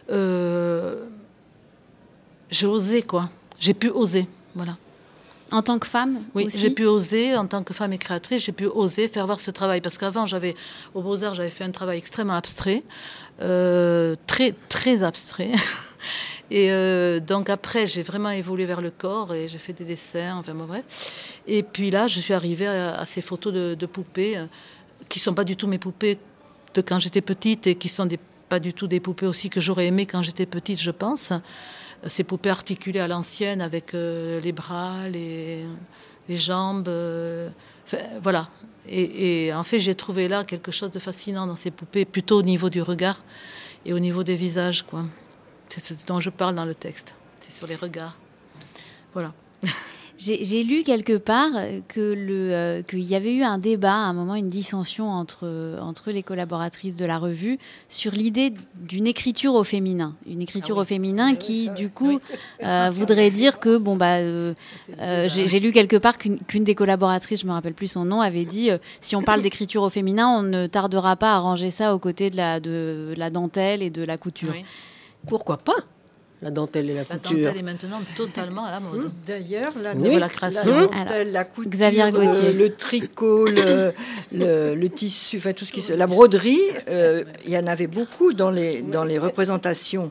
j'ai osé, quoi. J'ai pu oser, voilà. En tant que femme Oui, aussi. j'ai pu oser, en tant que femme et créatrice, j'ai pu oser faire voir ce travail. Parce qu'avant, au Beaux-Arts, j'avais fait un travail extrêmement abstrait, très, très abstrait. Et donc après, j'ai vraiment évolué vers le corps et j'ai fait des dessins, enfin bon, bref. Et puis là, je suis arrivée à ces photos de poupées qui ne sont pas du tout mes poupées de quand j'étais petite et qui sont pas du tout des poupées aussi que j'aurais aimées quand j'étais petite, je pense. Ces poupées articulées à l'ancienne avec les bras, les jambes, voilà. Et en fait, j'ai trouvé là quelque chose de fascinant dans ces poupées, plutôt au niveau du regard et au niveau des visages, quoi. C'est ce dont je parle dans le texte. C'est sur les regards. Voilà. J'ai lu quelque part qu'il y avait eu un débat, à un moment, une dissension entre les collaboratrices de la revue sur l'idée d'une écriture au féminin. Une écriture au féminin qui, du coup, voudrait dire que, j'ai lu quelque part qu'une des collaboratrices, je ne me rappelle plus son nom, avait dit si on parle d'écriture au féminin, on ne tardera pas à ranger ça aux côtés de la dentelle et de la couture. Oui. Pourquoi pas? La dentelle et la couture. La dentelle est maintenant totalement à la mode. D'ailleurs, la dentelle, la couture, Xavier Gauthier. Le tricot, le tissu, enfin tout ce qui la broderie, il y en avait beaucoup dans les représentations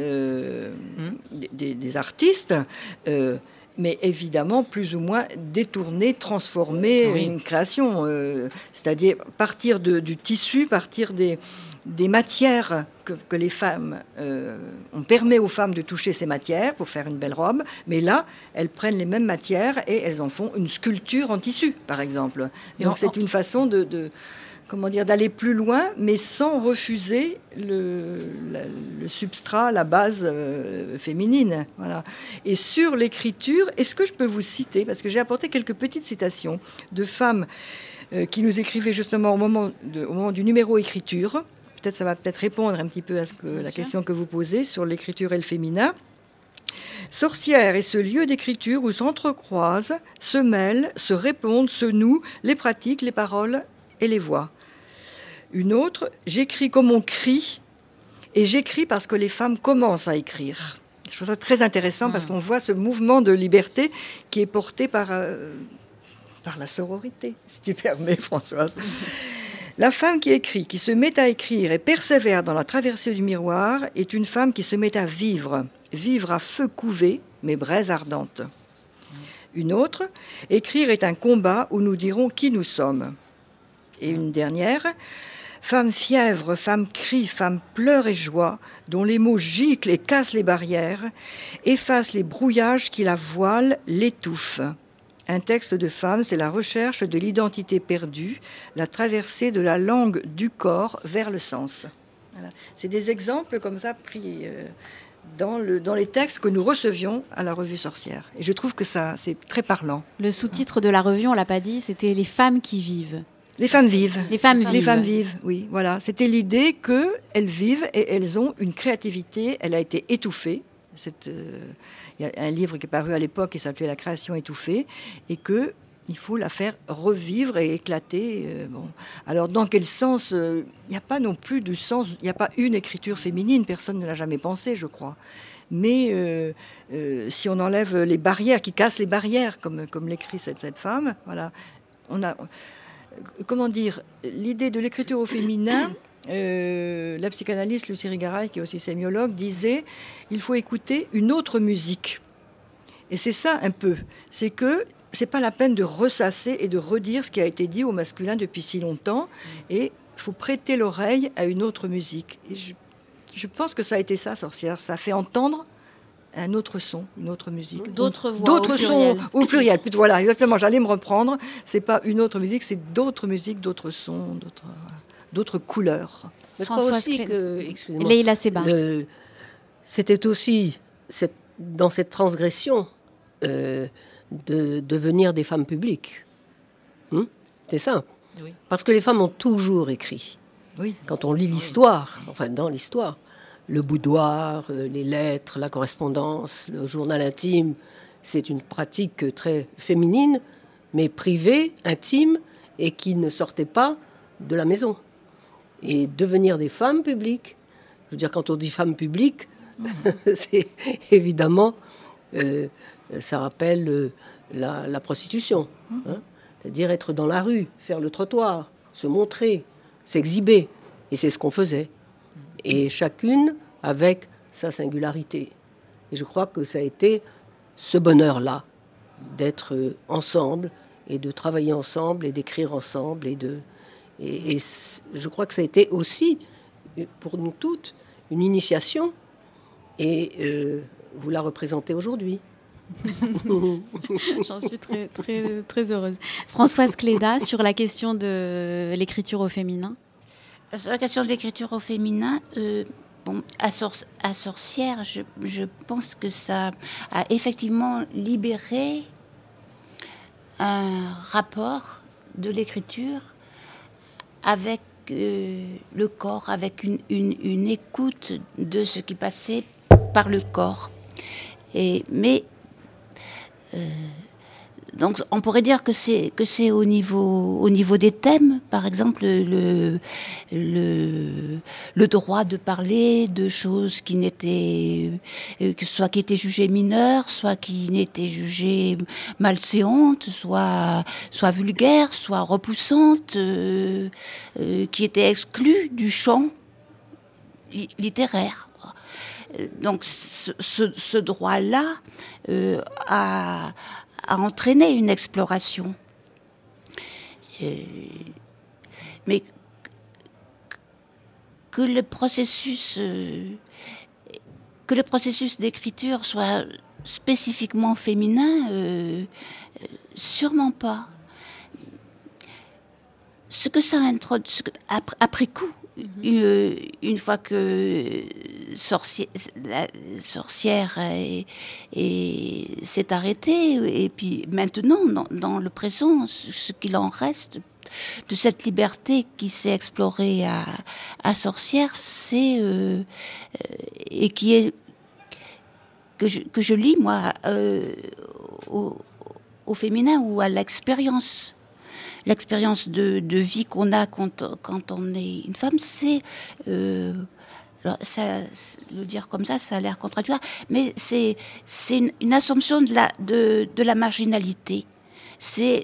des artistes. Mais évidemment plus ou moins détourner, transformer une création. C'est-à-dire partir du tissu, partir des matières que les femmes... on permet aux femmes de toucher ces matières pour faire une belle robe, mais là, elles prennent les mêmes matières et elles en font une sculpture en tissu, par exemple. Donc c'est une façon d'aller plus loin, mais sans refuser le substrat, la base féminine. Voilà. Et sur l'écriture, est-ce que je peux vous citer, parce que j'ai apporté quelques petites citations de femmes qui nous écrivaient justement au moment du numéro écriture. Peut-être ça va répondre un petit peu à la question que vous posez sur l'écriture et le féminin. Sorcière est ce lieu d'écriture où s'entrecroisent, se mêlent, se répondent, se nouent les pratiques, les paroles et les voix. Une autre, j'écris comme on crie, et j'écris parce que les femmes commencent à écrire. Je trouve ça très intéressant parce qu'on voit ce mouvement de liberté qui est porté par la sororité, si tu permets, Françoise. La femme qui écrit, qui se met à écrire et persévère dans la traversée du miroir est une femme qui se met à vivre à feu couvé, mais braise ardente. Une autre, écrire est un combat où nous dirons qui nous sommes. Et une dernière, femme fièvre, femme crie, femme pleure et joie, dont les mots giclent et cassent les barrières, effacent les brouillages qui la voilent, l'étouffent. Un texte de femme, c'est la recherche de l'identité perdue, la traversée de la langue du corps vers le sens. Voilà. C'est des exemples comme ça pris dans les textes que nous recevions à la revue Sorcière. Et je trouve que ça, c'est très parlant. Le sous-titre de la revue, on l'a pas dit, c'était « Les femmes qui vivent ». Les femmes vivent. Les femmes vivent. Les femmes vivent, oui, voilà. C'était l'idée qu'elles vivent et elles ont une créativité. Elle a été étouffée. Il y a un livre qui est paru à l'époque qui s'appelait « La création étouffée » et qu'il faut la faire revivre et éclater. Alors, dans quel sens il n'y a pas non plus de sens. Il n'y a pas une écriture féminine. Personne ne l'a jamais pensé, je crois. Mais si on enlève les barrières, qui cassent les barrières, comme l'écrit cette femme, voilà, on a... Comment dire, l'idée de l'écriture au féminin, la psychanalyste Lucie Rigaray, qui est aussi sémiologue, disait il faut écouter une autre musique. Et c'est ça un peu, c'est que c'est pas la peine de ressasser et de redire ce qui a été dit au masculin depuis si longtemps, et il faut prêter l'oreille à une autre musique. Et je pense que ça a été ça, Sorcière, ça fait entendre un autre son, une autre musique. D'autres voix, d'autres sons, au pluriel. Voilà, exactement, j'allais me reprendre. C'est pas une autre musique, c'est d'autres musiques, d'autres sons, d'autres couleurs. Mais je crois aussi que, excusez-moi, Leïla Seba. C'était aussi dans cette transgression de devenir des femmes publiques. C'est ça. Oui. Parce que les femmes ont toujours écrit. Oui. Quand on lit l'histoire, enfin dans l'histoire, le boudoir, les lettres, la correspondance, le journal intime, c'est une pratique très féminine, mais privée, intime, et qui ne sortait pas de la maison. Et devenir des femmes publiques, je veux dire, quand on dit femmes publiques, c'est évidemment, ça rappelle la prostitution. C'est-à-dire être dans la rue, faire le trottoir, se montrer, s'exhiber. Et c'est ce qu'on faisait. Et chacune avec sa singularité. Et je crois que ça a été ce bonheur-là, d'être ensemble et de travailler ensemble et d'écrire ensemble. Et je crois que ça a été aussi, pour nous toutes, une initiation. Et vous la représentez aujourd'hui. J'en suis très, très, très heureuse. Françoise Cléda, sur la question de l'écriture au féminin. Sur la question de l'écriture au féminin, à Sorcière, je pense que ça a effectivement libéré un rapport de l'écriture avec le corps, avec une écoute de ce qui passait par le corps. Donc on pourrait dire que c'est au niveau des thèmes, par exemple le droit de parler de choses qui n'étaient soit qui étaient jugées mineures, soit qui n'étaient jugées malséantes, soit vulgaires, soit repoussantes, qui étaient exclues du champ littéraire. Donc ce droit-là a entraîné une exploration. Mais que le processus d'écriture soit spécifiquement féminin, sûrement pas. Ce que ça introduit, après coup, une fois que la sorcière s'est arrêtée, et puis maintenant, dans le présent, ce qu'il en reste de cette liberté qui s'est explorée à Sorcière, c'est et qui est que je lis moi au féminin ou à l'expérience de vie qu'on a quand on est une femme, c'est alors ça, le dire comme ça a l'air contradictoire, mais c'est une assumption de la marginalité. C'est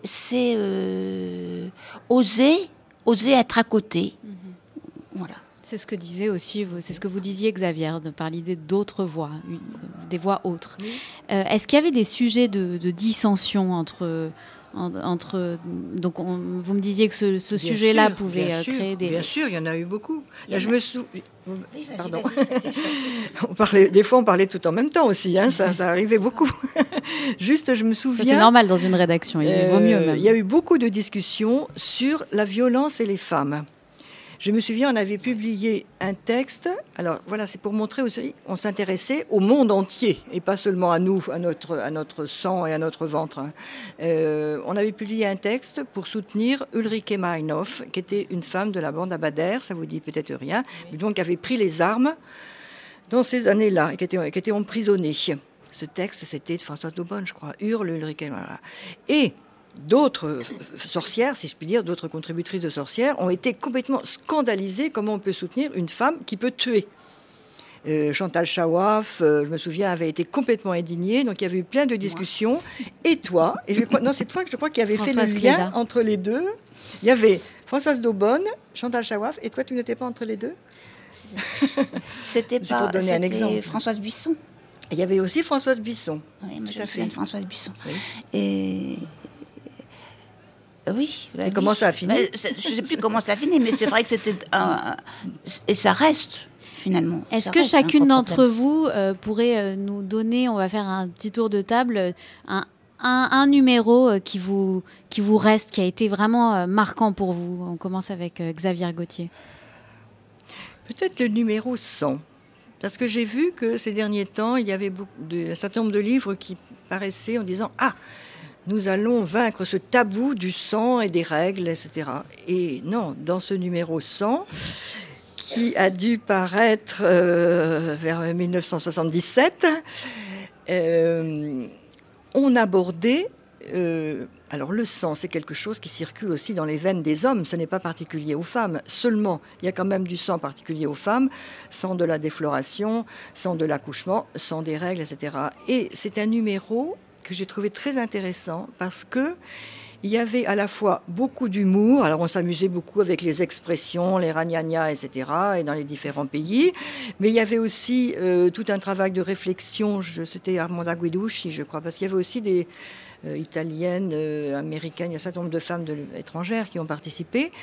oser être à côté. Voilà. C'est ce que disait aussi, c'est ce que vous disiez, Xavier, par l'idée d'autres voix, des voix autres. Est-ce qu'il y avait des sujets de dissension entre donc vous me disiez que ce sujet-là pouvait créer des... Bien sûr, il y en a eu beaucoup. Là, je me souviens... Oui, vas-y, Pardon. Vas-y. Des fois, on parlait tout en même temps aussi. Ça arrivait beaucoup. Juste, je me souviens... C'est normal dans une rédaction, il vaut mieux même. Il y a eu beaucoup de discussions sur la violence et les femmes. Je me souviens, on avait publié un texte. Alors voilà, c'est pour montrer aussi, on s'intéressait au monde entier et pas seulement à nous, à notre sang et à notre ventre. On avait publié un texte pour soutenir Ulrike Meinhof, qui était une femme de la bande Abadère, ça vous dit peut-être rien, mais donc qui avait pris les armes dans ces années-là et qui était emprisonnée. Ce texte, c'était de Françoise Daubonne, je crois, Hurle Ulrike. Voilà. Et d'autres sorcières, si je puis dire, d'autres contributrices de sorcières, ont été complètement scandalisées comment on peut soutenir une femme qui peut tuer. Chantal Chawaf, je me souviens, avait été complètement indignée, donc il y avait eu plein de discussions. Et toi, c'est toi que je crois qui avait fait le lien entre les deux. Il y avait Françoise Daubonne, Chantal Chawaf, et toi tu n'étais pas entre les deux? C'était pas, pour donner un exemple. Françoise Buisson. Il y avait aussi Françoise Buisson. Oui, moi, je me souviens de Françoise Buisson. Oui. Et oui. Et comment ça a fini? Je ne sais plus comment ça a fini, mais c'est vrai que c'était et ça reste finalement. Est-ce que chacune d'entre vous pourrait nous donner, on va faire un petit tour de table, un numéro qui vous reste, qui a été vraiment marquant pour vous? On commence avec Xavier Gauthier. Peut-être le numéro 100. Parce que j'ai vu que ces derniers temps, il y avait un certain nombre de livres qui paraissaient en disant « Ah, nous allons vaincre ce tabou du sang et des règles, etc. Et non, dans ce numéro 100, qui a dû paraître vers 1977, on abordait... alors le sang, c'est quelque chose qui circule aussi dans les veines des hommes, ce n'est pas particulier aux femmes. Seulement, il y a quand même du sang particulier aux femmes, sang de la défloration, sang de l'accouchement, sang des règles, etc. Et c'est un numéro que j'ai trouvé très intéressant parce que il y avait à la fois beaucoup d'humour, alors on s'amusait beaucoup avec les expressions, les ragnagnas, etc., et dans les différents pays, mais il y avait aussi tout un travail de réflexion, c'était Armanda Guiducci, je crois, parce qu'il y avait aussi des italiennes, américaines, il y a un certain nombre de femmes étrangères qui ont participé,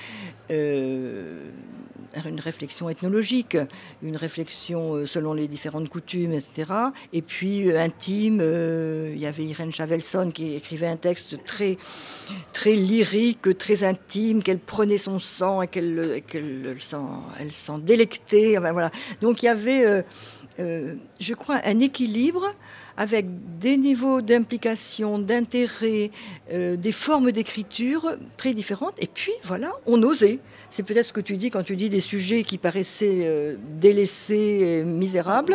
une réflexion ethnologique, une réflexion selon les différentes coutumes, etc., et puis intime, il y avait Irène Chavelson qui écrivait un texte très lyrique, très intime, qu'elle prenait son sang et elle s'en délectait. Enfin, voilà. Donc il y avait, je crois, un équilibre avec des niveaux d'implication, d'intérêt, des formes d'écriture très différentes. Et puis, voilà, on osait. C'est peut-être ce que tu dis quand tu dis des sujets qui paraissaient délaissés et misérables.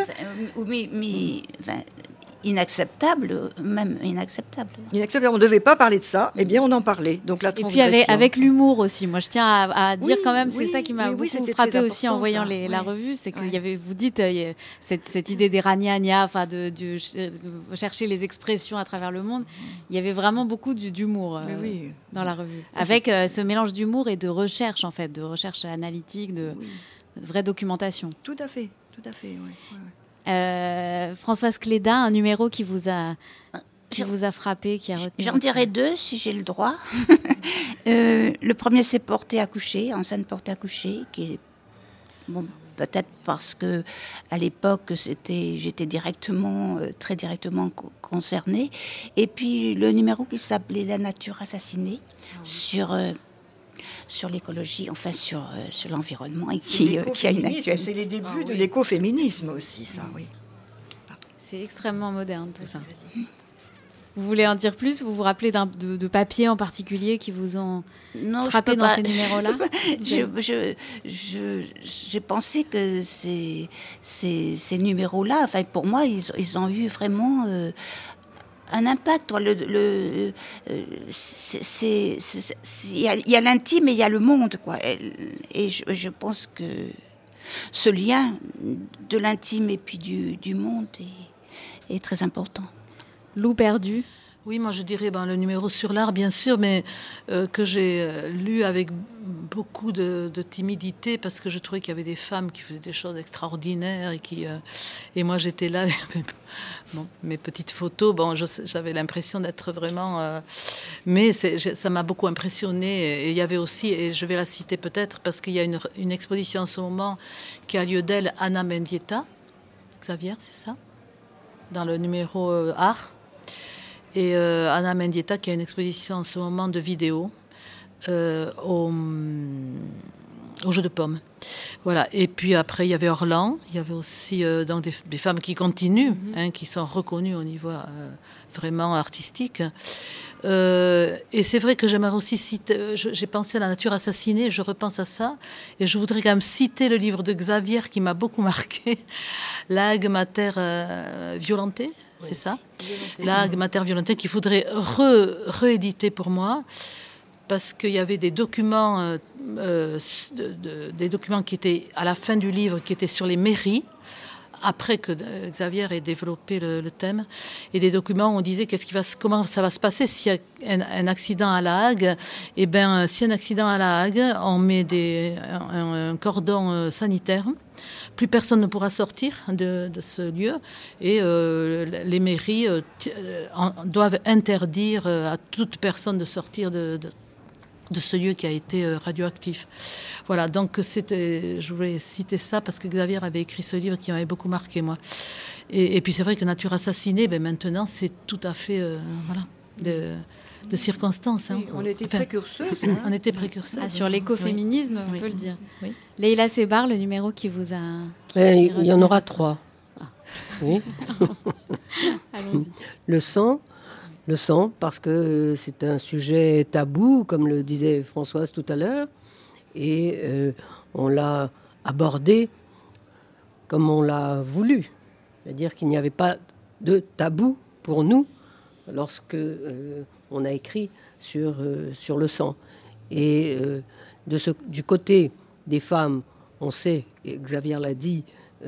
Inacceptable, même inacceptable. Inacceptable, on ne devait pas parler de ça, eh bien on en parlait. Donc la transgression. Et puis avec l'humour aussi, moi je tiens à dire quand même, c'est ça qui m'a beaucoup frappé aussi en voyant la revue, c'est qu'il y avait, vous dites, cette idée des ragnagnas, enfin de chercher les expressions à travers le monde, il y avait vraiment beaucoup d'humour dans la revue. Avec ce mélange d'humour et de recherche en fait, de recherche analytique, de vraie documentation. Tout à fait, oui. Françoise Cléda, un numéro qui vous a frappé, qui a retenu. J'en dirais deux, si j'ai le droit. Le premier, c'est Portée à coucher, enceinte Portée à coucher, qui est peut-être parce que à l'époque, j'étais très directement concernée. Et puis le numéro qui s'appelait La nature assassinée, sur l'écologie, enfin sur l'environnement, et qui a une actualité. C'est les débuts de l'écoféminisme aussi, ça, oui. C'est extrêmement moderne, tout ça. Vous voulez en dire plus? Vous vous rappelez de papiers en particulier qui vous ont frappé dans ces numéros-là? J'ai pensé que ces numéros-là, enfin, pour moi, ils ont eu vraiment... un impact. Il y a l'intime et il y a le monde, quoi. Et je pense que ce lien de l'intime et puis du monde est très important. Loup perdu. Oui, moi je dirais le numéro sur l'art, bien sûr, mais que j'ai lu avec beaucoup de timidité parce que je trouvais qu'il y avait des femmes qui faisaient des choses extraordinaires et moi j'étais là avec mes petites photos. J'avais l'impression d'être vraiment... mais ça m'a beaucoup impressionnée. Et il y avait aussi, et je vais la citer peut-être, parce qu'il y a une exposition en ce moment qui a lieu d'elle, Anna Mendieta. Xavier, c'est ça? Dans le numéro art. Et Anna Mendieta qui a une exposition en ce moment de vidéos au jeu de pommes. Voilà. Et puis après, il y avait Orlan. Il y avait aussi donc des femmes qui continuent, qui sont reconnues au niveau vraiment artistique. Et c'est vrai que j'aimerais aussi citer... J'ai pensé à La nature assassinée, je repense à ça. Et je voudrais quand même citer le livre de Xavier qui m'a beaucoup marqué. L'Ag Mater Violentée. C'est ça, la Mater Violentée, qu'il faudrait rééditer pour moi, parce qu'il y avait des documents qui étaient à la fin du livre, qui étaient sur les mairies, après que Xavier ait développé le thème, et des documents où on disait comment ça va se passer s'il y a un accident à La Hague. Eh bien, s'il y a un accident à La Hague, on met un cordon sanitaire. Plus personne ne pourra sortir de ce lieu et les mairies doivent interdire à toute personne de sortir de ce lieu qui a été radioactif. Voilà, donc je voulais citer ça parce que Xavier avait écrit ce livre qui m'avait beaucoup marqué, moi. Et puis c'est vrai que Nature assassinée, maintenant, c'est tout à fait de circonstances. Oui, on était précurseurs. On était précurseurs. Sur l'écoféminisme, on peut le dire. Oui. Leïla Sebar, le numéro qui vous a... Il y en aura 3. Ah. Oui. Allons-y. Le sang, Le sang, parce que c'est un sujet tabou, comme le disait Françoise tout à l'heure, et on l'a abordé comme on l'a voulu. C'est-à-dire qu'il n'y avait pas de tabou pour nous lorsque on a écrit sur le sang. Et du côté des femmes, on sait, et Xavier l'a dit,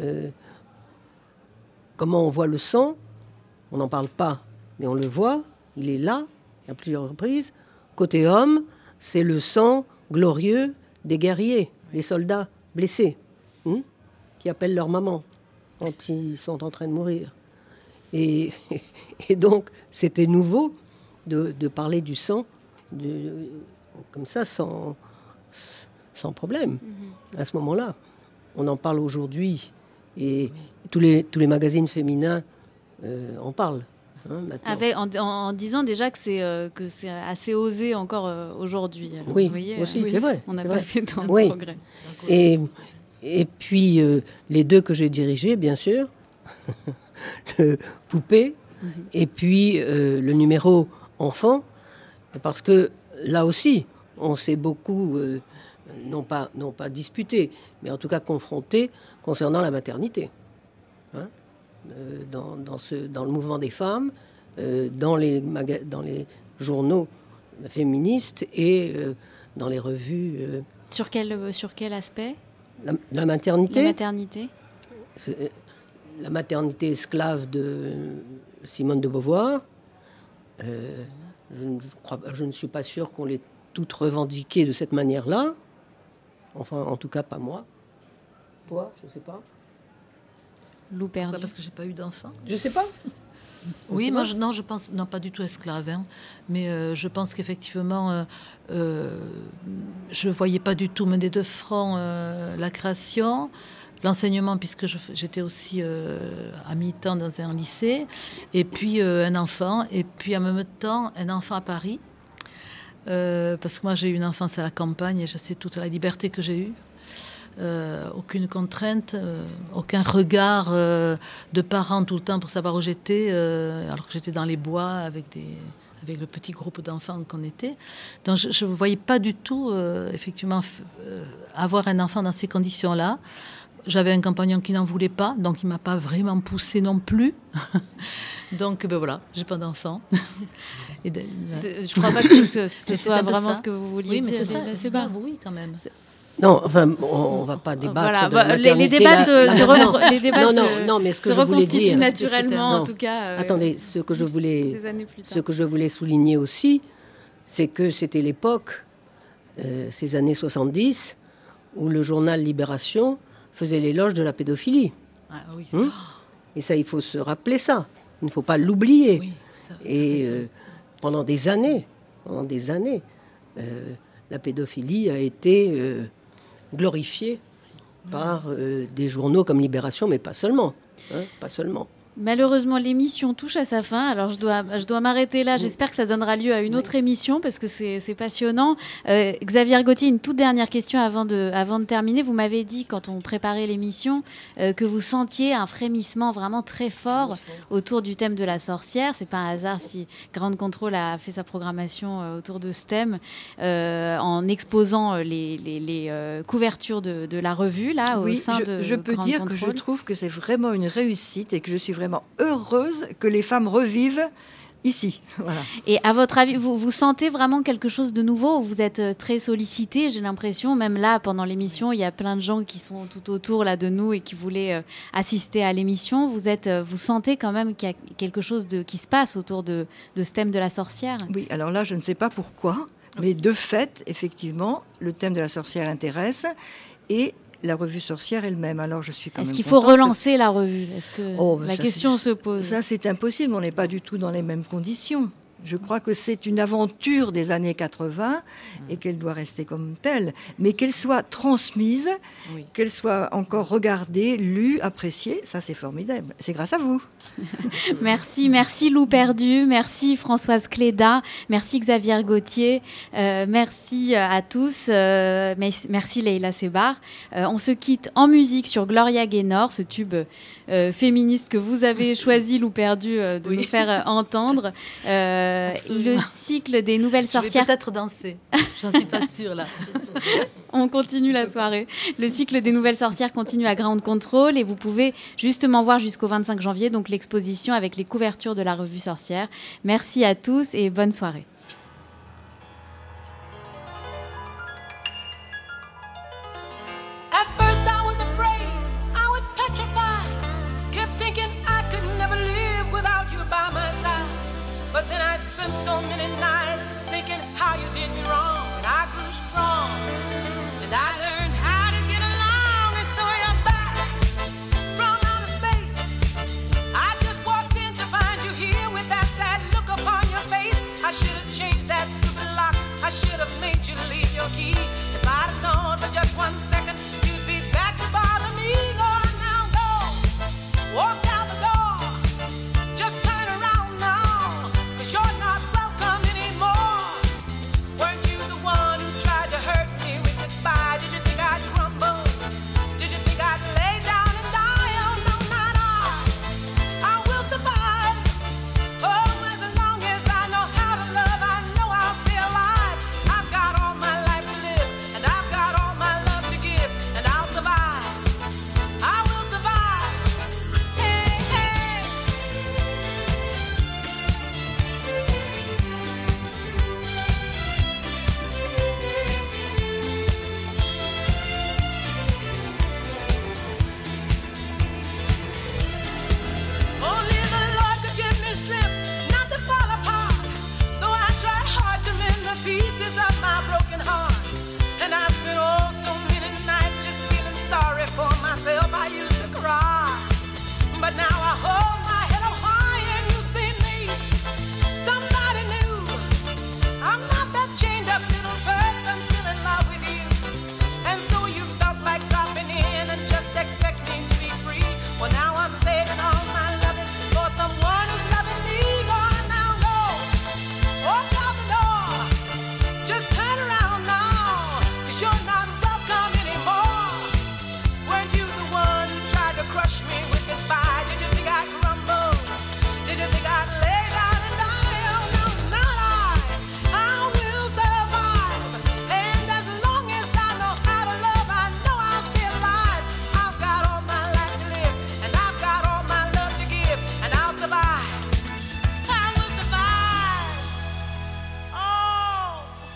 comment on voit le sang. On n'en parle pas, mais on le voit, il est là, à plusieurs reprises. Côté homme, c'est le sang glorieux des guerriers, des soldats blessés, qui appellent leur maman quand ils sont en train de mourir. Et donc, c'était nouveau de parler du sang comme ça, sans problème, à ce moment-là. On en parle aujourd'hui, et tous les magazines féminins en parlent. En disant déjà que c'est assez osé encore aujourd'hui. Alors, oui, vous voyez, aussi, c'est vrai. On n'a pas fait tant de progrès. Et puis, les deux que j'ai dirigés, bien sûr, le Poupée, et puis le numéro Enfant, parce que là aussi, on s'est beaucoup, non pas disputé, mais en tout cas confronté concernant la maternité. Dans le mouvement des femmes, dans les journaux féministes et dans les revues. Sur quel aspect ? La maternité. La maternité. La maternité esclave de Simone de Beauvoir. Je ne suis pas sûr qu'on l'ait toutes revendiquées de cette manière-là. Enfin, en tout cas, pas moi. Toi, je ne sais pas. Loup perdu. Parce que j'ai pas eu d'enfant. Je sais pas. Oui, moi, je pense, non, pas du tout esclave, mais je pense qu'effectivement, je voyais pas du tout mener de front la création, l'enseignement, puisque j'étais aussi à mi-temps dans un lycée, et puis un enfant, et puis en même temps un enfant à Paris, parce que moi j'ai eu une enfance à la campagne et je sais toute la liberté que j'ai eue. Aucune contrainte, aucun regard de parents tout le temps pour savoir où j'étais, alors que j'étais dans les bois avec le petit groupe d'enfants qu'on était. Donc je ne voyais pas du tout, effectivement, avoir un enfant dans ces conditions-là. J'avais un compagnon qui n'en voulait pas, donc il ne m'a pas vraiment poussée non plus. Donc voilà, je n'ai pas d'enfant. Je ne crois pas que ce soit vraiment ce que vous vouliez dire. C'est pas oui quand même. Non, enfin, on ne va pas débattre. Voilà, les débats se reconstituent naturellement, non. En tout cas. Attendez, ce que je voulais souligner aussi, c'est que c'était l'époque, ces années 70, où le journal Libération faisait l'éloge de la pédophilie. Ah, oui. Et ça, il faut se rappeler ça. Il ne faut pas l'oublier. Oui, et pendant des années, la pédophilie a été glorifiée par des journaux comme Libération, mais pas seulement. Pas seulement. Malheureusement, l'émission touche à sa fin. Alors, je dois m'arrêter là. J'espère que ça donnera lieu à une autre émission parce que c'est passionnant. Xavier Gauthier, une toute dernière question avant de terminer. Vous m'avez dit, quand on préparait l'émission, que vous sentiez un frémissement vraiment très fort autour du thème de la sorcière. C'est pas un hasard si Ground Control a fait sa programmation autour de ce thème en exposant les couvertures de la revue là, au sein de je peux Ground dire Control. que je trouve que c'est vraiment une réussite et que je suis vraiment heureuse que les femmes revivent ici. Voilà. Et à votre avis, vous sentez vraiment quelque chose de nouveau? Vous êtes très sollicité, j'ai l'impression. Même là, pendant l'émission, il y a plein de gens qui sont tout autour là de nous et qui voulaient assister à l'émission. Vous sentez quand même qu'il y a quelque chose qui se passe autour de ce thème de la sorcière? Oui, alors là, je ne sais pas pourquoi, mais de fait, effectivement, le thème de la sorcière intéresse et la revue sorcière elle-même. Alors je suis quand même. Est-ce qu'il faut relancer la revue? Est-ce que la question se pose? Ça, c'est impossible. On n'est pas du tout dans les mêmes conditions. Je crois que c'est une aventure des années 80 et qu'elle doit rester comme telle. Mais qu'elle soit transmise, qu'elle soit encore regardée, lue, appréciée, ça c'est formidable. C'est grâce à vous. Merci Loup perdu, merci Françoise Cléda, merci Xavier Gauthier, merci à tous, merci Leïla Sebar. On se quitte en musique sur Gloria Gaynor, ce tube féministe que vous avez choisi, Loup perdu, de nous faire entendre. le cycle des nouvelles sorcières... Je vais peut-être danser, j'en suis pas sûre là. On continue la soirée. Le cycle des nouvelles sorcières continue à Ground Control et vous pouvez justement voir jusqu'au 25 janvier donc l'exposition avec les couvertures de la revue Sorcière. Merci à tous et bonne soirée. But then I spent so many nights thinking how you did me wrong, and I grew strong, and I learned how to get along, and so you're back from outer space. I just walked in to find you here with that sad look upon your face. I should have changed that stupid lock, I should have made you leave your key. If I'd have known for just 1 second you'd be back to bother me. Go on now, go, walk out the door, just turn around. You're not welcome anymore. Weren't you the one who tried to hurt me with goodbye? Did you think I'd crumble? Did you think I'd lay down and die? Oh no, not I will survive. Oh, as long as I know how to love, I know I'll stay alive. I've got all my life to live, and I've got all my love to give, and I'll survive. I will survive. Hey, hey. Only the Lord could give me strength not to fall apart. Though I tried hard to mend the pieces of my broken heart, and I spent so many nights just feeling sorry for myself. I used to cry, but now I hold my head up high and you see me, somebody new. I'm not that chained up little person still in love with you, and so you felt like dropping in and just expect me to be free. Well, now I'm saving all my loving for someone who's loving me. Go on now, go, walk out the door, just turn around now, 'cause you're not welcome anymore. Weren't you the one who tried to crush me with goodbye? Did you think I'd crumble? Did you think I'd lay down and die? Oh no, not I will survive. And as long as I know how to love, I know I'll stay alive. I've got all my life to live, and I've got all my love to give, and I'll survive. I will survive. Oh,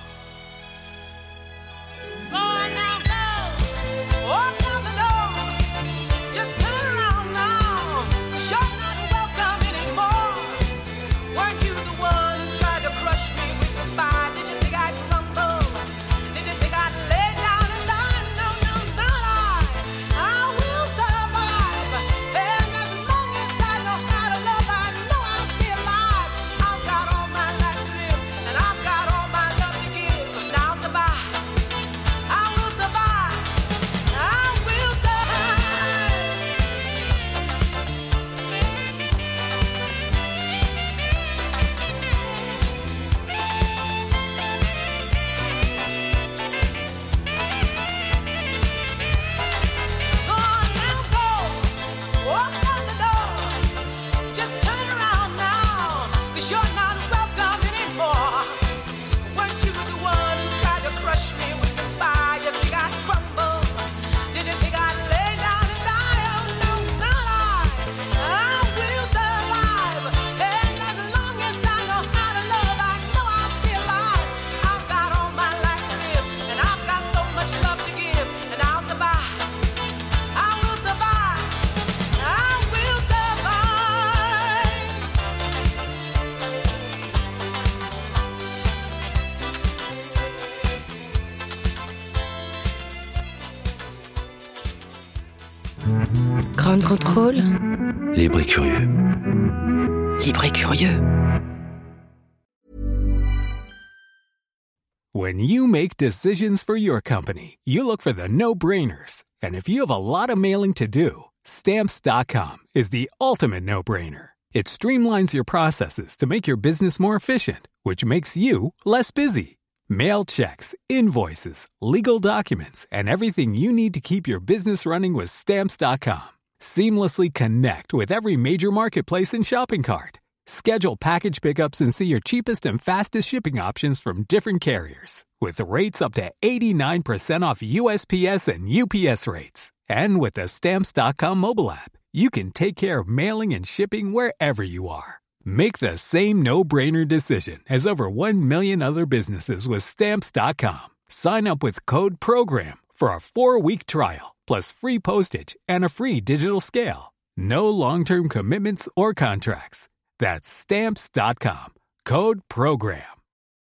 go on now, go, walk out the door, just turn around now, 'cause you're not welcome anymore. Weren't you the one who tried to crush me with goodbye? Did you think I'd crumble? Did you think I'd lay down and die? No, no, not I will survive. And as long as I know how to love, I know I'll stay alive. I've got all my life to live, and I've got all my love to give, and I'll survive. I will survive. I will survive. Go on now, go, walk out the door, just turn around now, 'cause you're not welcome anymore. Weren't you the one who tried to crush me with goodbye? Did you think I'd crumble? Did you think I'd lay down and die? Oh no, not I will survive. And as long as I know how to love, I know I'll stay alive. I've got all my life to live, and I've got so much love to give, and I'll survive. I will survive. I will survive. Ground Control. Libre et curieux. Libre et curieux. When you make decisions for your company, you look for the no-brainers. And if you have a lot of mailing to do, Stamps.com is the ultimate no-brainer. It streamlines your processes to make your business more efficient, which makes you less busy. Mail checks, invoices, legal documents, and everything you need to keep your business running with Stamps.com. Seamlessly connect with every major marketplace and shopping cart. Schedule package pickups and see your cheapest and fastest shipping options from different carriers. With rates up to 89% off USPS and UPS rates. And with the Stamps.com mobile app, you can take care of mailing and shipping wherever you are. Make the same no-brainer decision as over 1 million other businesses with Stamps.com. Sign up with code PROGRAM for a 4-week trial, plus free postage and a free digital scale. No long-term commitments or contracts. That's Stamps.com. Code PROGRAM.